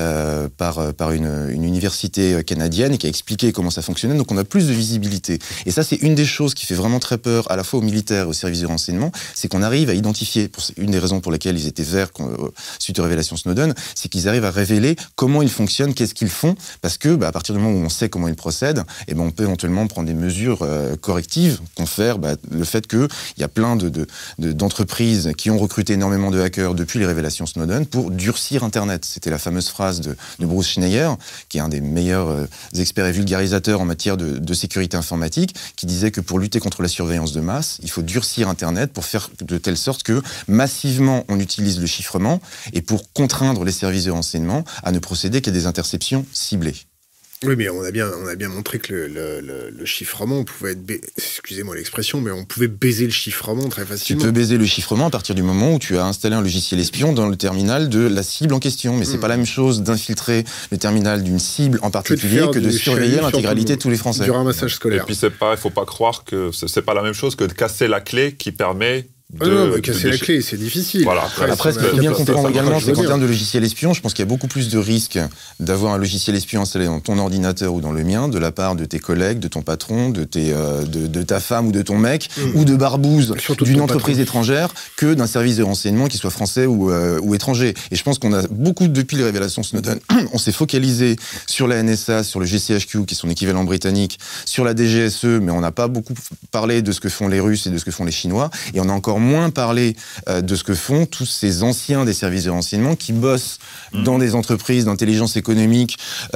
par une université canadienne et qui a expliqué comment ça fonctionnait. Donc on a plus de visibilité. Et ça, c'est une des choses qui fait vraiment très peur à la fois aux militaires et aux services de renseignement, c'est qu'on arrive à identifier, une des raisons pour lesquelles ils étaient verts suite aux révélations Snowden, c'est qu'ils arrivent à révéler comment ils fonctionnent, qu'est-ce qu'ils font, parce que à partir du moment où on sait comment ils procèdent, on peut éventuellement prendre des mesures correctives, confère le fait qu'il y a plein d'entreprises qui ont recruté énormément de hackers depuis les révélations Snowden pour durcir Internet. C'était la fameuse phrase de Bruce Schneier, qui est un des meilleurs experts et vulgarisateurs en matière de sécurité informatique, qui disait que pour lutter contre la surveillance de masse, il faut durcir Internet pour faire de telle sorte que massivement on utilise le chiffrement et pour contraindre les services de renseignement à ne procéder qu'à des interceptions ciblées. Oui, mais on a bien montré que le chiffrement, on pouvait excusez-moi l'expression, mais on pouvait baiser le chiffrement très facilement. Tu peux baiser le chiffrement à partir du moment où tu as installé un logiciel espion dans le terminal de la cible en question. Mais c'est pas la même chose d'infiltrer le terminal d'une cible en particulier que de surveiller l'intégralité de tous les Français. Du ramassage scolaire. Et puis il faut pas croire que c'est pas la même chose que de casser la clé qui permet casser la clé, c'est difficile. Voilà, après, ce qu'il faut bien comprendre également, c'est qu'en termes de logiciel espion, je pense qu'il y a beaucoup plus de risques d'avoir un logiciel espion installé dans ton ordinateur ou dans le mien, de la part de tes collègues, de ton patron, de ta femme ou de ton mec, ou de barbouze d'une entreprise étrangère, que d'un service de renseignement qui soit français ou étranger. Et je pense qu'on a beaucoup, depuis les révélations Snowden, on s'est focalisé sur la NSA, sur le GCHQ, qui est son équivalent britannique, sur la DGSE, mais on n'a pas beaucoup parlé de ce que font les Russes et de ce que font les Chinois, et on a encore moins parler de ce que font tous ces anciens des services de renseignement qui bossent dans des entreprises d'intelligence économique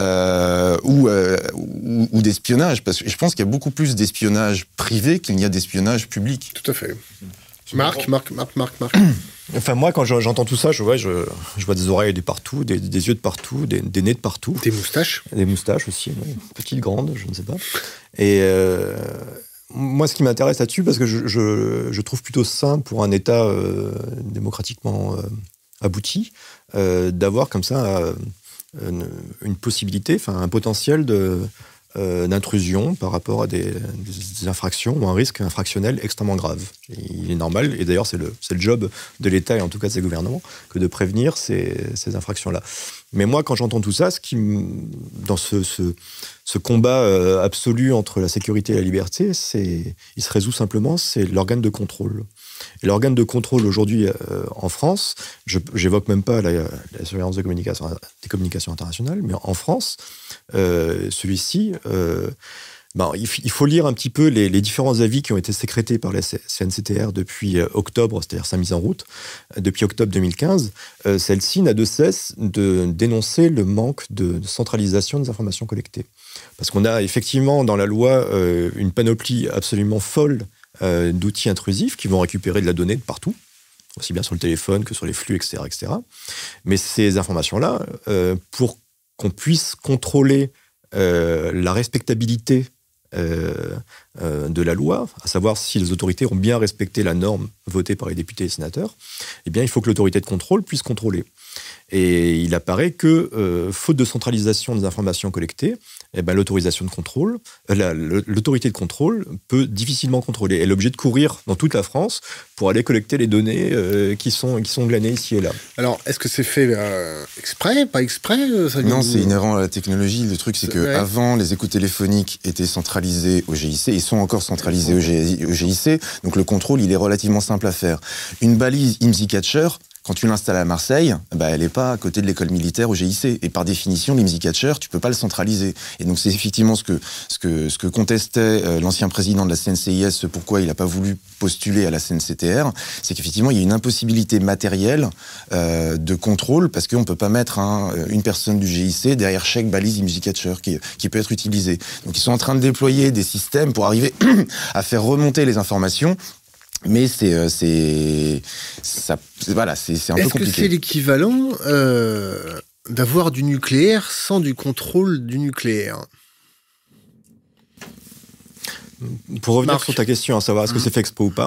ou d'espionnage. Parce que je pense qu'il y a beaucoup plus d'espionnage privé qu'il n'y a d'espionnage public. Tout à fait. Marc. Enfin, moi, quand j'entends tout ça, je vois des oreilles de partout, des yeux de partout, des nez de partout. Des moustaches. Des moustaches aussi, oui. Petites, grandes, je ne sais pas. Et moi, ce qui m'intéresse là-dessus, parce que je trouve plutôt sain pour un État démocratiquement abouti, d'avoir comme ça une possibilité, enfin un potentiel d'intrusion par rapport à des infractions ou un risque infractionnel extrêmement grave. Et il est normal, et d'ailleurs c'est le job de l'État et en tout cas de ses gouvernements, que de prévenir ces infractions-là. Mais moi, quand j'entends tout ça, dans ce combat absolu entre la sécurité et la liberté, il se résout simplement, c'est l'organe de contrôle. Et l'organe de contrôle aujourd'hui en France, j'évoque même pas la surveillance des communications internationales, mais en France, celui-ci, il faut lire un petit peu les différents avis qui ont été sécrétés par la CNCTR depuis octobre, c'est-à-dire sa mise en route, depuis octobre 2015. Celle-ci n'a de cesse de dénoncer le manque de centralisation des informations collectées. Parce qu'on a effectivement dans la loi une panoplie absolument folle d'outils intrusifs qui vont récupérer de la donnée de partout, aussi bien sur le téléphone que sur les flux, etc. etc. Mais ces informations-là, pour qu'on puisse contrôler la respectabilité de la loi, à savoir si les autorités ont bien respecté la norme votée par les députés et les sénateurs, eh bien, il faut que l'autorité de contrôle puisse contrôler. Et il apparaît que, faute de centralisation des informations collectées, l'autorisation de contrôle, l'autorité de contrôle peut difficilement contrôler. Elle est obligée de courir dans toute la France pour aller collecter les données qui sont glanées ici et là. Alors, est-ce que c'est fait exprès, pas exprès Non, c'est inhérent à la technologie. Le truc, c'est qu'avant, les écoutes téléphoniques étaient centralisées au GIC et sont encore centralisées au GIC. Donc le contrôle, il est relativement simple à faire. Une balise IMSI Catcher, quand tu l'installes à Marseille, elle n'est pas à côté de l'école militaire au GIC. Et par définition, l'IMSI Catcher, tu peux pas le centraliser. Et donc c'est effectivement ce que contestait l'ancien président de la CNCIS, pourquoi il n'a pas voulu postuler à la CNCTR, c'est qu'effectivement, il y a une impossibilité matérielle de contrôle, parce qu'on ne peut pas mettre une personne du GIC derrière chaque balise IMSI Catcher qui peut être utilisée. Donc ils sont en train de déployer des systèmes pour arriver à faire remonter les informations. Mais c'est un peu compliqué. Est-ce que c'est l'équivalent d'avoir du nucléaire sans du contrôle du nucléaire? Pour revenir sur ta question, à savoir est-ce que c'est fait expo ou pas,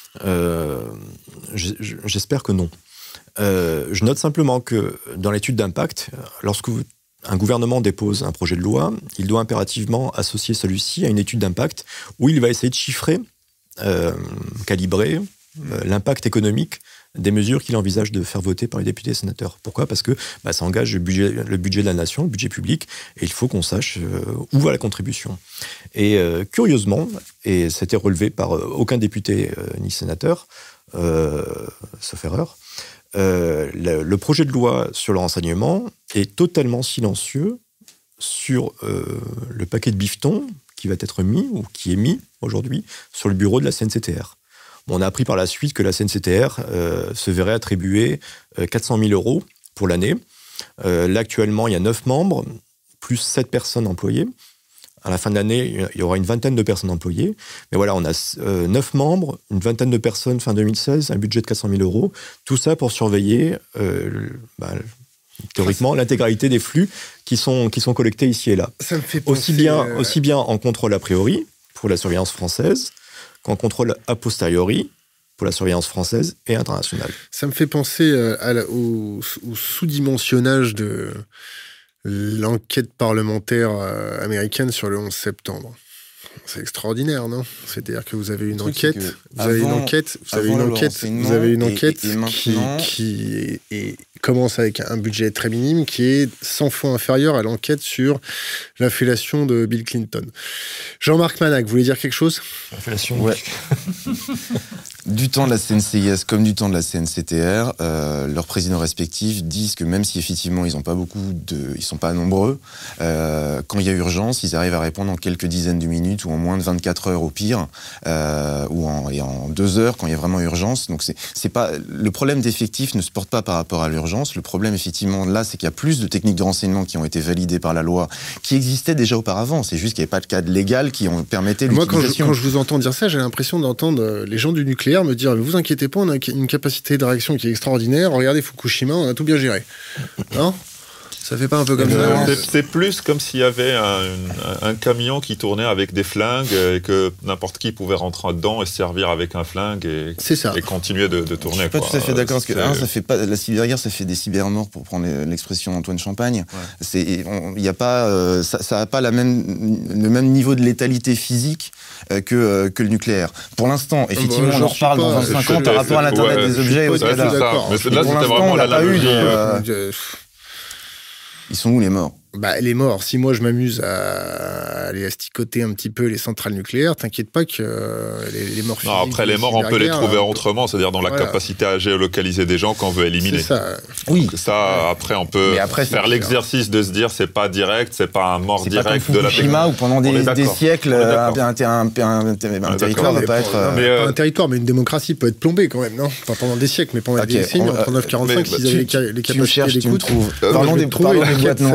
j'espère que non. Je note simplement que dans l'étude d'impact, lorsque un gouvernement dépose un projet de loi, il doit impérativement associer celui-ci à une étude d'impact où il va essayer de chiffrer, calibrer l'impact économique des mesures qu'il envisage de faire voter par les députés et sénateurs. Pourquoi ? Parce que ça engage le budget de la nation, le budget public, et il faut qu'on sache où va la contribution. Et curieusement, et c'était relevé par aucun député ni sénateur, sauf erreur, le projet de loi sur le renseignement est totalement silencieux sur le paquet de bifton qui va être mis, ou qui est mis aujourd'hui, sur le bureau de la CNCTR. On a appris par la suite que la CNCTR se verrait attribuer 400 000 € pour l'année. Là, actuellement, il y a 9 membres, plus 7 personnes employées. À la fin de l'année, il y aura une vingtaine de personnes employées. Mais voilà, on a 9 membres, une vingtaine de personnes fin 2016, un budget de 400 000 €. Tout ça pour surveiller, théoriquement, l'intégralité des flux qui sont collectés ici et là. Ça me fait penser, aussi bien en contrôle a priori, pour la surveillance française, qu'en contrôle a posteriori, pour la surveillance française et internationale. Ça me fait penser au sous-dimensionnage de l'enquête parlementaire américaine sur le 11 septembre. C'est extraordinaire, non ? C'est-à-dire que vous avez une enquête, qui commence avec un budget très minime, qui est 100 fois inférieur à l'enquête sur l'inflation de Bill Clinton. Jean-Marc Manac, vous voulez dire quelque chose ? L'inflation, ouais. Du temps de la CNCIS comme du temps de la CNCTR, leurs présidents respectifs disent que même si effectivement ils sont pas nombreux, quand il y a urgence, ils arrivent à répondre en quelques dizaines de minutes ou en moins de 24 heures au pire, ou en 2 heures quand il y a vraiment urgence. Donc c'est pas le problème d'effectifs ne se porte pas par rapport à l'urgence. Le problème effectivement là, c'est qu'il y a plus de techniques de renseignement qui ont été validées par la loi, qui existaient déjà auparavant. C'est juste qu'il n'y avait pas de cadre légal qui permettait l'utilisation. Moi, quand je vous entends dire ça, j'ai l'impression d'entendre les gens du nucléaire me dire « Vous inquiétez pas, on a une capacité de réaction qui est extraordinaire. Regardez Fukushima, on a tout bien géré. » Non ? Ça fait pas un peu comme ça ? C'est plus comme s'il y avait un camion qui tournait avec des flingues et que n'importe qui pouvait rentrer dedans et se servir avec un flingue et continuer de tourner. Je suis pas tout à fait d'accord parce que ça fait pas la cyberguerre, ça fait des cybermorts pour prendre l'expression d'Antoine Champagne. Ouais. Il y a pas ça a pas le même niveau de létalité physique que le nucléaire. Pour l'instant, effectivement, on en reparle dans 25 ans par rapport à l'internet des objets. Mais là, c'était vraiment la Ils sont où les morts ? Les morts. Si moi je m'amuse à aller asticoter un petit peu les centrales nucléaires, t'inquiète pas que les morts physiques... Non, après les morts, on peut les trouver autrement, c'est-à-dire dans la capacité à géolocaliser des gens qu'on veut éliminer. C'est ça. Oui. Ça, après, on peut faire l'exercice de se dire c'est pas direct, c'est pas un mort direct de la Fukushima où pendant des siècles, un territoire va pas être... Pas un territoire, mais une démocratie peut être plombée quand même, non ? Enfin, pendant des siècles, mais pendant des décennies, en 39-45, ils avaient les capacités d'écoute. Parlons des boîtes noires. Je t'ai fait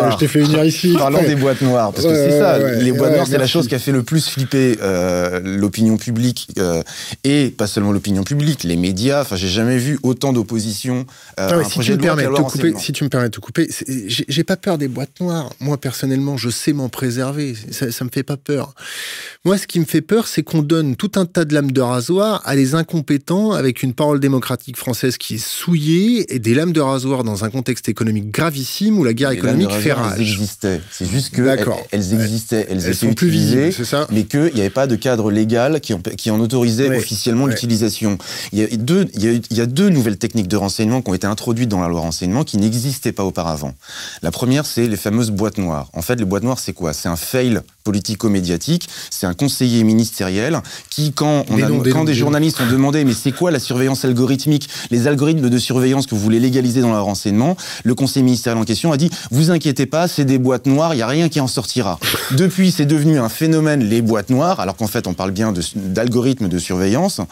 venir ici. Parlons des boîtes noires, parce que c'est ça. Les boîtes noires, c'est la chose qui a fait le plus flipper l'opinion publique, et pas seulement l'opinion publique, les médias. Enfin, j'ai jamais vu autant d'opposition à un projet de loi qu'à la loi renseignement. Si tu me permets de te couper, j'ai pas peur des boîtes noires. Moi, personnellement, je sais m'en préserver. Ça me fait pas peur. Moi, ce qui me fait peur, c'est qu'on donne tout un tas de lames de rasoir à des incompétents avec une parole démocratique française qui est souillée, et des lames de rasoir dans un contexte économique gravissime où la guerre économique fait rage. Elles existaient. C'est juste que elles existaient, elles étaient sont plus utilisées, visibles, c'est ça, mais qu'il n'y avait pas de cadre légal qui en autorisait officiellement l'utilisation. Il y a deux nouvelles techniques de renseignement qui ont été introduites dans la loi renseignement qui n'existaient pas auparavant. La première, c'est les fameuses boîtes noires. En fait, les boîtes noires, c'est quoi ? C'est un fail politico-médiatique. C'est un conseiller ministériel qui, quand des journalistes ont demandé mais c'est quoi la surveillance algorithmique, les algorithmes de surveillance que vous voulez légaliser dans le renseignement, le conseiller ministériel en question a dit vous inquiétez pas, c'est des boîtes noires, il n'y a rien qui en sortira. Depuis, c'est devenu un phénomène, les boîtes noires, alors qu'en fait on parle bien d'algorithmes de surveillance.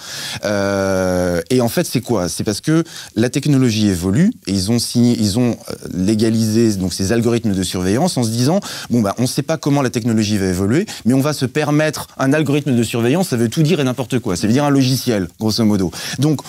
Et en fait c'est quoi ? C'est parce que la technologie évolue et ils ont légalisé donc ces algorithmes de surveillance en se disant on ne sait pas comment la technologie va évoluer, mais on va se permettre un algorithme de surveillance, ça veut tout dire et n'importe quoi. Ça veut dire un logiciel, grosso modo. Donc,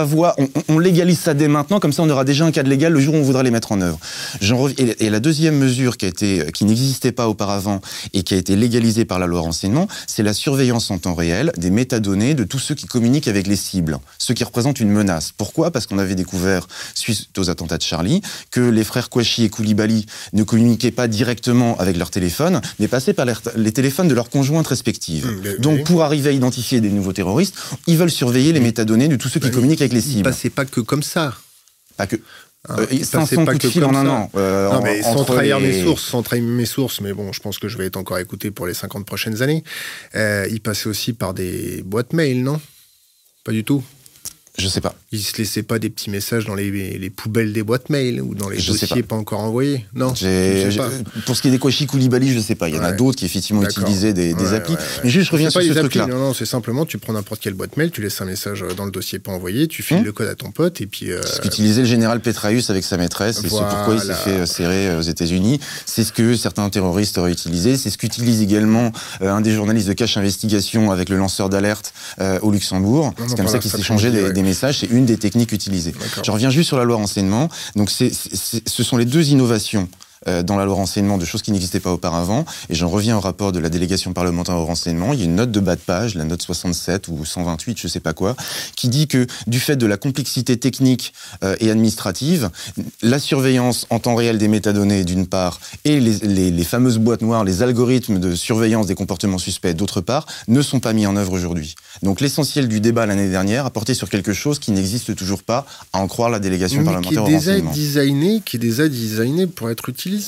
on légalise ça dès maintenant, comme ça on aura déjà un cadre légal le jour où on voudra les mettre en œuvre. Et la deuxième mesure qui n'existait pas auparavant et qui a été légalisée par la loi renseignement, c'est la surveillance en temps réel des métadonnées de tous ceux qui communiquent avec les cibles, ceux qui représentent une menace. Pourquoi ? Parce qu'on avait découvert, suite aux attentats de Charlie, que les frères Kouachi et Koulibaly ne communiquaient pas directement avec leur téléphone, mais passaient par les téléphones de leurs conjointes respectives. Donc, pour arriver à identifier des nouveaux terroristes, ils veulent surveiller les métadonnées de tous ceux qui communiquent avec les cibles. C'est pas que comme ça. Pas que. 500 coups de fil en un an. Non, mais sans trahir mes sources, mais bon, je pense que je vais être encore écouté pour les 50 prochaines années. Ils passaient aussi par des boîtes mail, non ? Pas du tout. Je sais pas. Ils se laissaient pas des petits messages dans les poubelles des boîtes mail ou dans les dossiers pas encore envoyés. Non. Pour ce qui est des Kouachi Koulibaly, je sais pas. Il y en a d'autres qui effectivement utilisaient des applis. Mais juste, je reviens sur ce truc-là. Non, c'est simplement, tu prends n'importe quelle boîte mail, tu laisses un message dans le dossier pas envoyé, tu files le code à ton pote et puis. C'est ce qu'utilisait le général Petraeus avec sa maîtresse. Et c'est pourquoi il s'est fait serrer aux États-Unis. C'est ce que certains terroristes auraient utilisé. C'est ce qu'utilise également un des journalistes de Cache Investigation avec le lanceur d'alerte au Luxembourg. C'est comme ça qu'il s'échangeait des messages. C'est une des techniques utilisées. Je reviens juste sur la loi renseignement. Donc ce sont les deux innovations dans la loi renseignement de choses qui n'existaient pas auparavant. Et j'en reviens au rapport de la délégation parlementaire au renseignement. Il y a une note de bas de page, la note 67 ou 128, je sais pas quoi, qui dit que du fait de la complexité technique et administrative, la surveillance en temps réel des métadonnées d'une part et les fameuses boîtes noires, les algorithmes de surveillance des comportements suspects d'autre part, ne sont pas mis en œuvre aujourd'hui. Donc l'essentiel du débat l'année dernière a porté sur quelque chose qui n'existe toujours pas, à en croire la délégation parlementaire au renseignement. Qui est déjà designé pour être utilisé.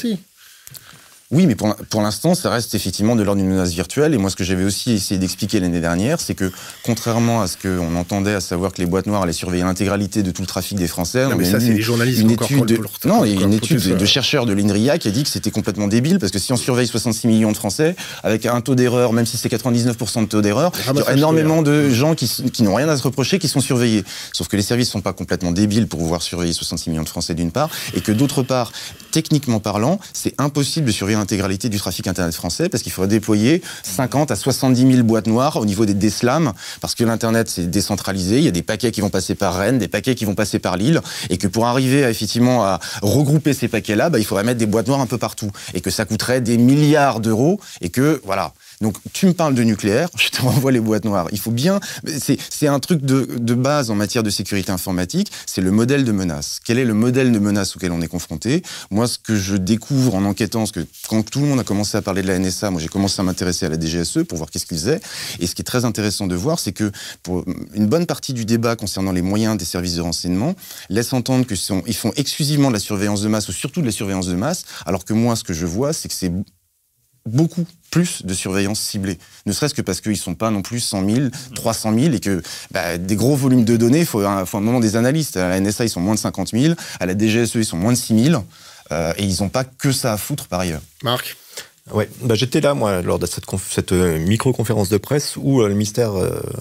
Oui, mais pour l'instant, ça reste effectivement de l'ordre d'une menace virtuelle. Et moi, ce que j'avais aussi essayé d'expliquer l'année dernière, c'est que, contrairement à ce qu'on entendait, à savoir que les boîtes noires allaient surveiller l'intégralité de tout le trafic des Français, non, mais ça, c'est les journalistes il y a une étude de chercheurs de l'INRIA qui a dit que c'était complètement débile, parce que si on surveille 66 millions de Français, avec un taux d'erreur, même si c'est 99% de taux d'erreur, il y a énormément de gens qui n'ont rien à se reprocher, qui sont surveillés. Sauf que les services ne sont pas complètement débiles pour pouvoir surveiller 66 millions de Français d'une part, et que d'autre part, techniquement parlant, c'est impossible de surveiller l'intégralité du trafic Internet français parce qu'il faudrait déployer 50 à 70 000 boîtes noires au niveau des DSLAM parce que l'Internet, c'est décentralisé. Il y a des paquets qui vont passer par Rennes, des paquets qui vont passer par Lille et que pour arriver effectivement à regrouper ces paquets-là, il faudrait mettre des boîtes noires un peu partout et que ça coûterait des milliards d'euros et que, voilà. Donc, tu me parles de nucléaire, je te renvoie les boîtes noires. Il faut bien... C'est un truc de base en matière de sécurité informatique, c'est le modèle de menace. Quel est le modèle de menace auquel on est confronté ? Moi, ce que je découvre en enquêtant, parce que quand tout le monde a commencé à parler de la NSA, moi, j'ai commencé à m'intéresser à la DGSE pour voir qu'est-ce qu'ils faisaient. Et ce qui est très intéressant de voir, c'est que pour une bonne partie du débat concernant les moyens des services de renseignement laisse entendre qu'ils font exclusivement de la surveillance de masse ou surtout de la surveillance de masse, alors que moi, ce que je vois, c'est que c'est beaucoup plus de surveillance ciblée. Ne serait-ce que parce qu'ils ne sont pas non plus 100 000, 300 000 et que des gros volumes de données, il faut un moment des analystes. À la NSA, ils sont moins de 50 000. À la DGSE, ils sont moins de 6 000. Et ils n'ont pas que ça à foutre par ailleurs. Marc ? Ouais, j'étais là, moi, lors de cette micro-conférence de presse où le ministère,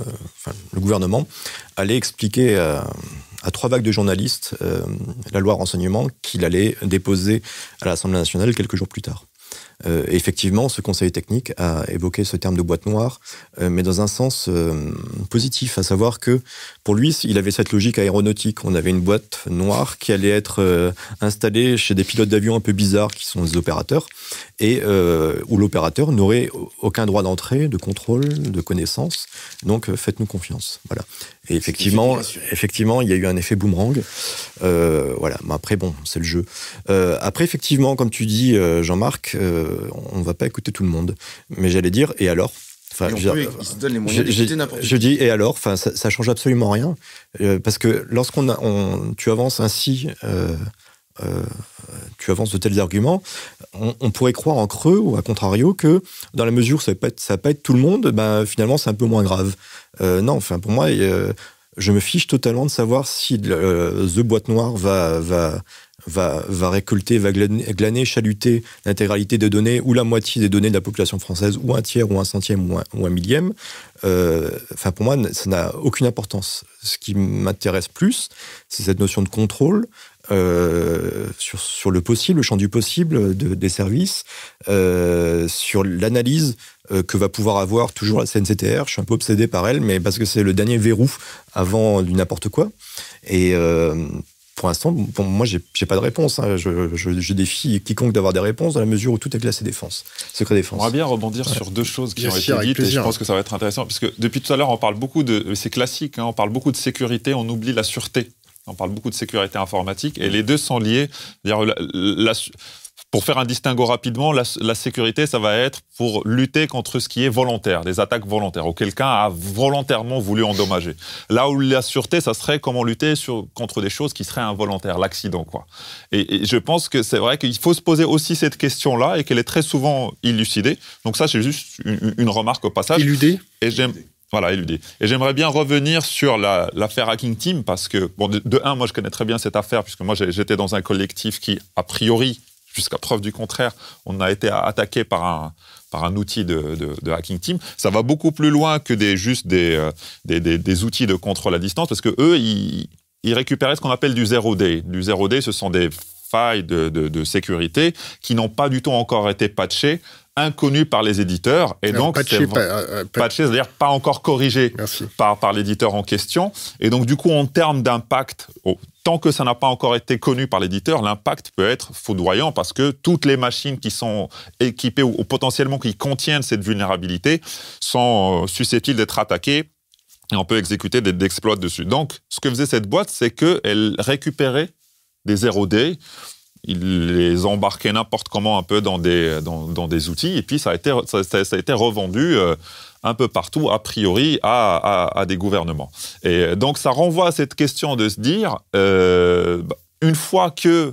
le gouvernement, allait expliquer à 3 vagues de journalistes la loi renseignement qu'il allait déposer à l'Assemblée nationale quelques jours plus tard. Et effectivement, ce conseil technique a évoqué ce terme de boîte noire, mais dans un sens positif, à savoir que pour lui, il avait cette logique aéronautique. On avait une boîte noire qui allait être installée chez des pilotes d'avion un peu bizarres qui sont des opérateurs, et où l'opérateur n'aurait aucun droit d'entrée, de contrôle, de connaissance. Donc, faites-nous confiance. Voilà. Et effectivement, il y a eu un effet boomerang. Voilà. Mais après, bon, c'est le jeu. Après, effectivement, comme tu dis, Jean-Marc, on ne va pas écouter tout le monde. Mais j'allais dire, et alors ? Enfin, il se donne les moyens d'écouter n'importe qui. Je dis, et alors ? Enfin, ça change absolument rien. Parce que tu avances ainsi... tu avances de tels arguments, on pourrait croire en creux ou à contrario que dans la mesure où ça va pas être tout le monde, ben, finalement c'est un peu moins grave. Non, enfin pour moi, je me fiche totalement de savoir si The Boîte Noire va récolter, va glaner, chaluter l'intégralité des données ou la moitié des données de la population française ou un tiers ou un centième ou un millième. Enfin pour moi, ça n'a aucune importance. Ce qui m'intéresse plus, c'est cette notion de contrôle sur le possible, le champ du possible des services, sur l'analyse que va pouvoir avoir toujours la CNCTR. Je suis un peu obsédé par elle, mais parce que c'est le dernier verrou avant du n'importe quoi. Et pour l'instant, pour moi, j'ai pas de réponse. Hein. Je défie quiconque d'avoir des réponses dans la mesure où tout est classé défense, secret défense. On va bien rebondir sur deux choses qui ont été dites, et je pense que ça va être intéressant, parce que depuis tout à l'heure, on parle beaucoup c'est classique, hein, on parle beaucoup de sécurité, on oublie la sûreté. On parle beaucoup de sécurité informatique, et les deux sont liés. Pour faire un distinguo rapidement, la sécurité, ça va être pour lutter contre ce qui est volontaire, des attaques volontaires, où quelqu'un a volontairement voulu endommager. Là où la sûreté, ça serait comment lutter contre des choses qui seraient involontaires, l'accident, quoi. Et je pense que c'est vrai qu'il faut se poser aussi cette question-là, et qu'elle est très souvent élucidée. Donc ça, c'est juste une remarque au passage. Éludée. Voilà, éludé. Et j'aimerais bien revenir sur l'affaire Hacking Team, parce que, bon, de un, moi je connais très bien cette affaire, puisque moi j'étais dans un collectif qui, a priori, jusqu'à preuve du contraire, on a été attaqué par un outil de Hacking Team. Ça va beaucoup plus loin que juste des outils de contrôle à distance, parce que eux, ils récupéraient ce qu'on appelle du zero day. Du zero day, ce sont des failles de sécurité qui n'ont pas du tout encore été patchées, inconnu par les éditeurs, et donc patché, c'est-à-dire pas encore corrigé par l'éditeur en question. Et donc, du coup, en termes d'impact, tant que ça n'a pas encore été connu par l'éditeur, l'impact peut être foudroyant, parce que toutes les machines qui sont équipées ou potentiellement qui contiennent cette vulnérabilité sont susceptibles d'être attaquées, et on peut exécuter des exploits dessus. Donc, ce que faisait cette boîte, c'est qu'elle récupérait des zero day, il les embarquait n'importe comment un peu dans des outils, et puis ça a été revendu un peu partout, a priori, à des gouvernements. Et donc ça renvoie à cette question de se dire, une fois que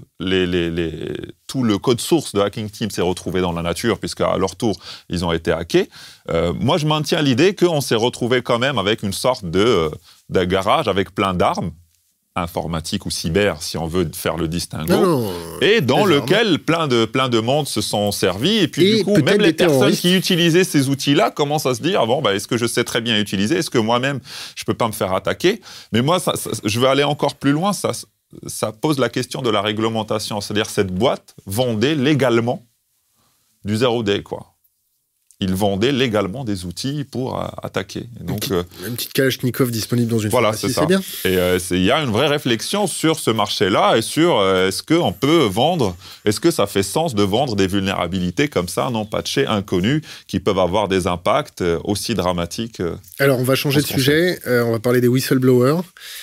tout le code source de Hacking Team s'est retrouvé dans la nature, puisqu'à leur tour, ils ont été hackés, moi je maintiens l'idée qu'on s'est retrouvé quand même avec une sorte de garage avec plein d'armes, informatique ou cyber, si on veut faire le distinguo, et dans lequel plein de monde se sont servis, et puis du coup, même les personnes qui utilisaient ces outils-là commencent à se dire, bon, est-ce que je sais très bien utiliser, est-ce que moi-même, je peux pas me faire attaquer? Mais moi, je veux aller encore plus loin, ça pose la question de la réglementation, c'est-à-dire cette boîte vendait légalement du zero day, quoi. Ils vendaient légalement des outils pour attaquer. Donc, une petite Kalachnikov disponible dans une pharmacie, c'est bien. Et il y a une vraie réflexion sur ce marché-là et sur est-ce qu'on peut vendre, est-ce que ça fait sens de vendre des vulnérabilités comme ça, non patchées, inconnues, qui peuvent avoir des impacts aussi dramatiques. Alors, on va changer de sujet, on va parler des whistleblowers.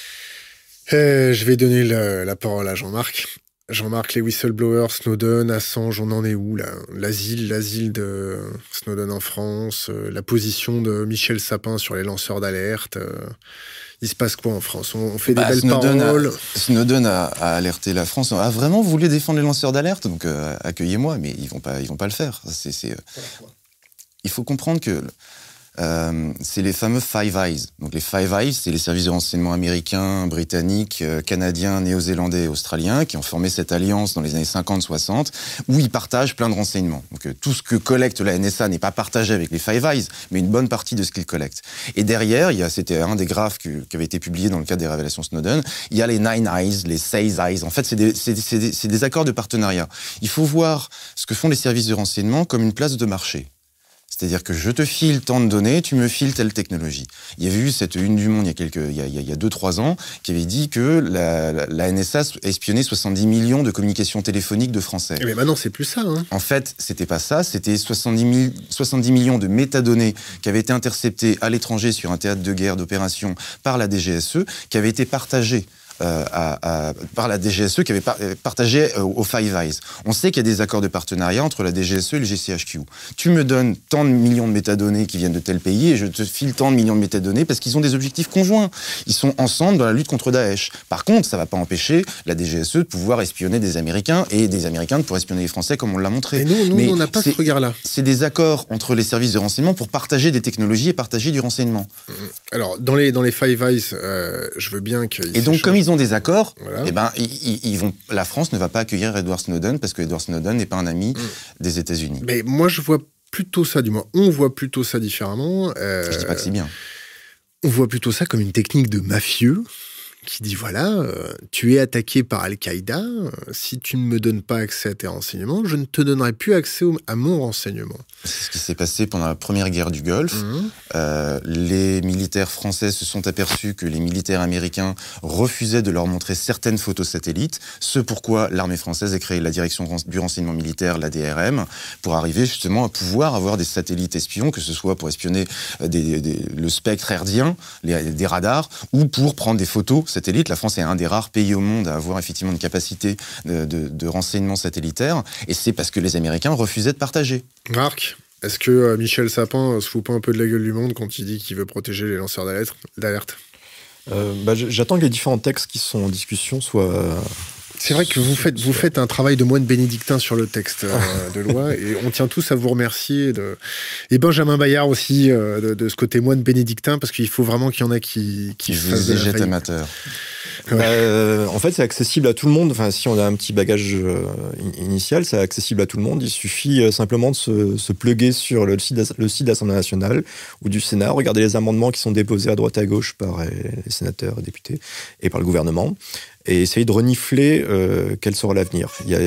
Je vais donner la parole à Jean-Marc. Jean-Marc, les whistleblowers, Snowden, Assange, on en est où là? L'asile de Snowden en France, la position de Michel Sapin sur les lanceurs d'alerte. Il se passe quoi en France? On fait des belles paroles. Snowden a alerté la France. A vraiment voulu défendre les lanceurs d'alerte, donc accueillez-moi, mais ils vont pas le faire. Il faut comprendre que c'est les fameux Five Eyes. Donc les Five Eyes, c'est les services de renseignement américains, britanniques, canadiens, néo-zélandais et australiens qui ont formé cette alliance dans les années 50-60 où ils partagent plein de renseignements. Donc tout ce que collecte la NSA n'est pas partagé avec les Five Eyes, mais une bonne partie de ce qu'ils collectent. Et derrière, c'était un des graphes qui avait été publié dans le cadre des révélations Snowden, il y a les Nine Eyes, les 16 Eyes. En fait, c'est des accords de partenariat. Il faut voir ce que font les services de renseignement comme une place de marché. C'est-à-dire que je te file tant de données, tu me files telle technologie. Il y avait eu cette une du Monde il y a 2-3 ans qui avait dit que la NSA a espionné 70 millions de communications téléphoniques de Français. Mais maintenant, c'est plus ça. Hein. En fait, c'était pas ça. C'était 70 millions de métadonnées qui avaient été interceptées à l'étranger sur un théâtre de guerre d'opération par la DGSE, qui avaient été partagées par la DGSE qui avait partagé aux Five Eyes. On sait qu'il y a des accords de partenariat entre la DGSE et le GCHQ. Tu me donnes tant de millions de métadonnées qui viennent de tel pays et je te file tant de millions de métadonnées parce qu'ils ont des objectifs conjoints. Ils sont ensemble dans la lutte contre Daesh. Par contre, ça ne va pas empêcher la DGSE de pouvoir espionner des Américains et des Américains de pouvoir espionner les Français comme on l'a montré. Mais on n'a pas ce regard-là. C'est des accords entre les services de renseignement pour partager des technologies et partager du renseignement. Alors, dans les Five Eyes, je veux bien qu'ils... Et donc, comme ils ont des accords, voilà. Eh ben, la France ne va pas accueillir Edward Snowden parce que Edward Snowden n'est pas un ami des États-Unis. Mais moi, je vois plutôt ça, du moins, on voit plutôt ça différemment. Je dis pas que c'est bien. On voit plutôt ça comme une technique de mafieux qui dit, voilà, tu es attaqué par Al-Qaïda, si tu ne me donnes pas accès à tes renseignements, je ne te donnerai plus accès à mon renseignement. C'est ce qui s'est passé pendant la première guerre du Golfe. Les militaires français se sont aperçus que les militaires américains refusaient de leur montrer certaines photos satellites, ce pourquoi l'armée française a créé la direction du renseignement militaire, la DRM, pour arriver justement à pouvoir avoir des satellites espions, que ce soit pour espionner le spectre aérien, des radars, ou pour prendre des photos satellites. La France est un des rares pays au monde à avoir effectivement une capacité de renseignement satellitaire, et c'est parce que les Américains refusaient de partager. Marc, est-ce que Michel Sapin se fout pas un peu de la gueule du monde quand il dit qu'il veut protéger les lanceurs d'alerte ? J'attends que les différents textes qui sont en discussion soient... C'est vrai que vous faites un travail de moine bénédictin sur le texte de loi et on tient tous à vous remercier. Et Benjamin Bayard aussi de ce côté moine bénédictin parce qu'il faut vraiment qu'il y en a qui fassent des jets amateurs. Ouais. En fait, c'est accessible à tout le monde. Enfin, si on a un petit bagage initial, c'est accessible à tout le monde. Il suffit simplement de se plugger sur le site de l'Assemblée nationale ou du Sénat, regarder les amendements qui sont déposés à droite et à gauche par les sénateurs et députés et par le gouvernement, et essayer de renifler quel sera l'avenir.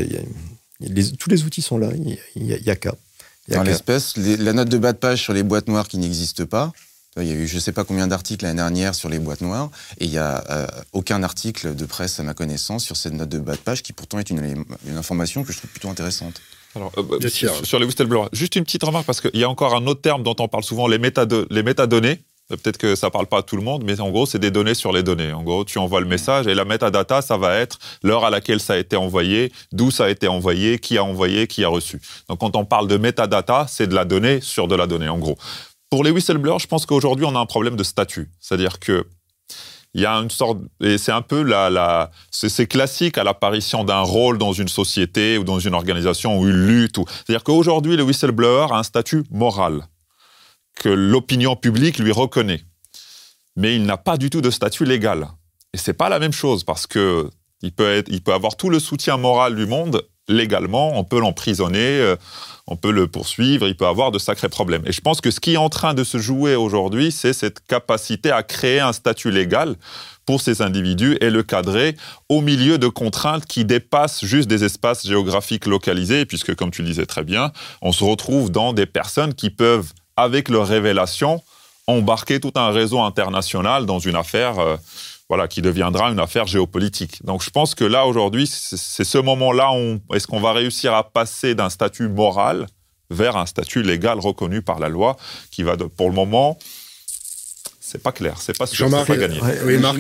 Tous les outils sont là, il y a qu'à. Dans l'espèce, la note de bas de page sur les boîtes noires qui n'existe pas. Il y a eu je ne sais pas combien d'articles l'année dernière sur les boîtes noires, et il n'y a aucun article de presse à ma connaissance sur cette note de bas de page qui pourtant est une information que je trouve plutôt intéressante. Alors, sur les whistleblowers, juste une petite remarque, parce qu'il y a encore un autre terme dont on parle souvent, les métadonnées. Peut-être que ça ne parle pas à tout le monde, mais en gros, c'est des données sur les données. En gros, tu envoies le message et la metadata, ça va être l'heure à laquelle ça a été envoyé, d'où ça a été envoyé, qui a reçu. Donc, quand on parle de metadata, c'est de la donnée sur de la donnée, en gros. Pour les whistleblowers, je pense qu'aujourd'hui, on a un problème de statut. C'est-à-dire que il y a une sorte... Et c'est un peu c'est classique à l'apparition d'un rôle dans une société ou dans une organisation ou une lutte. C'est-à-dire qu'aujourd'hui, le whistleblower a un statut moral que l'opinion publique lui reconnaît. Mais il n'a pas du tout de statut légal. Et c'est pas la même chose, parce que il peut avoir tout le soutien moral du monde, légalement, on peut l'emprisonner, on peut le poursuivre, il peut avoir de sacrés problèmes. Et je pense que ce qui est en train de se jouer aujourd'hui, c'est cette capacité à créer un statut légal pour ces individus et le cadrer au milieu de contraintes qui dépassent juste des espaces géographiques localisés, puisque, comme tu le disais très bien, on se retrouve dans des personnes qui peuvent, avec leur révélation, embarquer tout un réseau international dans une affaire qui deviendra une affaire géopolitique. Donc je pense que là, aujourd'hui, c'est ce moment-là où est-ce qu'on va réussir à passer d'un statut moral vers un statut légal reconnu par la loi qui va, pour le moment... C'est pas clair, c'est pas sûr que ça va gagner. Oui, Marc.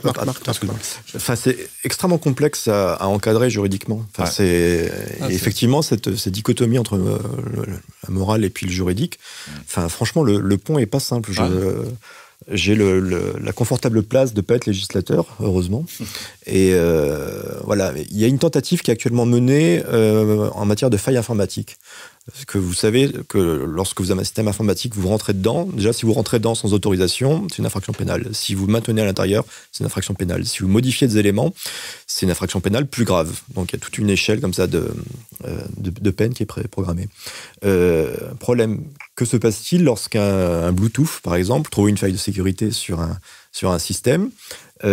Enfin, c'est extrêmement complexe à encadrer juridiquement. Enfin, effectivement, cette dichotomie entre la morale et puis le juridique. Enfin, franchement, le pont est pas simple. J'ai la confortable place de ne pas être législateur, heureusement. Et voilà, il y a une tentative qui est actuellement menée en matière de failles informatiques. Parce que vous savez que lorsque vous avez un système informatique, vous rentrez dedans. Déjà, si vous rentrez dedans sans autorisation, c'est une infraction pénale. Si vous maintenez à l'intérieur, c'est une infraction pénale. Si vous modifiez des éléments, c'est une infraction pénale plus grave. Donc, il y a toute une échelle comme ça de peine qui est programmée. Problème, que se passe-t-il lorsqu'un Bluetooth, par exemple, trouve une faille de sécurité sur un système et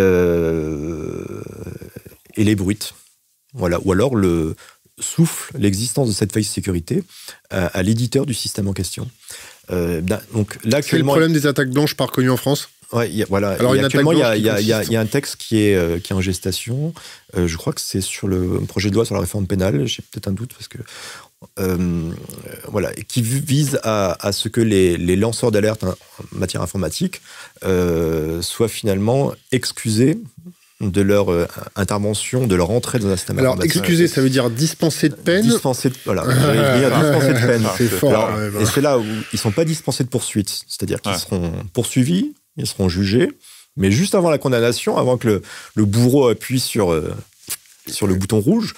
l'ébruite? Voilà. Ou alors souffle l'existence de cette faille de sécurité à l'éditeur du système en question. Donc, là, c'est le problème des attaques blanches pas reconnues en France. Ouais, voilà. Alors, actuellement, il y a un texte qui est en gestation. Je crois que c'est sur le projet de loi sur la réforme pénale. J'ai peut-être un doute parce que voilà, qui vise à ce que les lanceurs d'alerte en matière informatique soient finalement excusés de leur intervention, de leur entrée dans un système informatique. Alors, excuser, ça veut dire dispenser de peine. Dispenser de peine. C'est fort. Alors, et c'est là où ils ne sont pas dispensés de poursuite. C'est-à-dire qu'ils seront poursuivis, ils seront jugés, mais juste avant la condamnation, avant que le bourreau appuie sur le bouton rouge,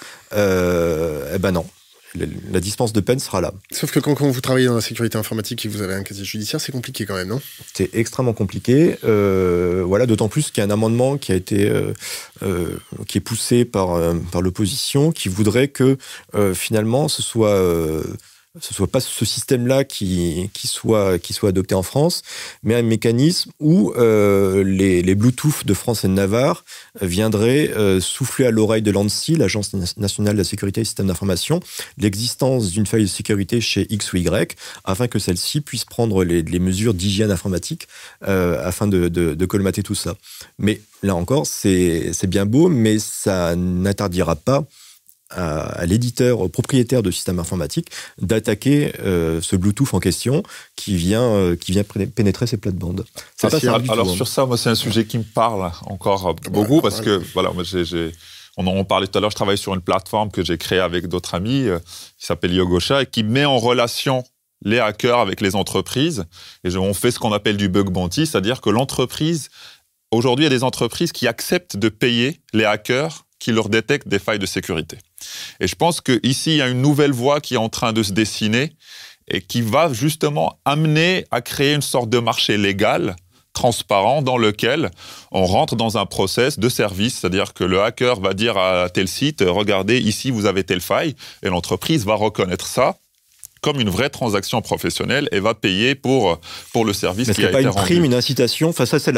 non. La dispense de peine sera là. Sauf que quand vous travaillez dans la sécurité informatique et que vous avez un casier judiciaire, c'est compliqué quand même, non ? C'est extrêmement compliqué. Voilà, d'autant plus qu'il y a un amendement qui est poussé par l'opposition, qui voudrait que finalement ce soit pas ce système-là qui soit adopté en France, mais un mécanisme où les Bluetooth de France et de Navarre viendraient souffler à l'oreille de l'ANSSI, l'Agence nationale de la sécurité et des systèmes d'information, l'existence d'une faille de sécurité chez X ou Y, afin que celle-ci puisse prendre les mesures d'hygiène informatique afin de colmater tout ça. Mais là encore, c'est bien beau, mais ça n'interdira pas à l'éditeur, au propriétaire de système informatique, d'attaquer ce Bluetooth en question qui vient pénétrer ces plates-bandes. Alors sur ça, moi, c'est un sujet qui me parle encore beaucoup parce que, voilà, moi, on en parlait tout à l'heure, je travaille sur une plateforme que j'ai créée avec d'autres amis qui s'appelle Yogosha et qui met en relation les hackers avec les entreprises. Et on fait ce qu'on appelle du bug bounty, c'est-à-dire que aujourd'hui, il y a des entreprises qui acceptent de payer les hackers qui leur détectent des failles de sécurité. Et je pense qu'ici, il y a une nouvelle voie qui est en train de se dessiner et qui va justement amener à créer une sorte de marché légal, transparent, dans lequel on rentre dans un process de service, c'est-à-dire que le hacker va dire à tel site, regardez, ici, vous avez telle faille, et l'entreprise va reconnaître ça comme une vraie transaction professionnelle et va payer pour le service qui a été rendu. Est-ce qu'il n'y a pas une prime, une incitation ? Enfin, ça, c'est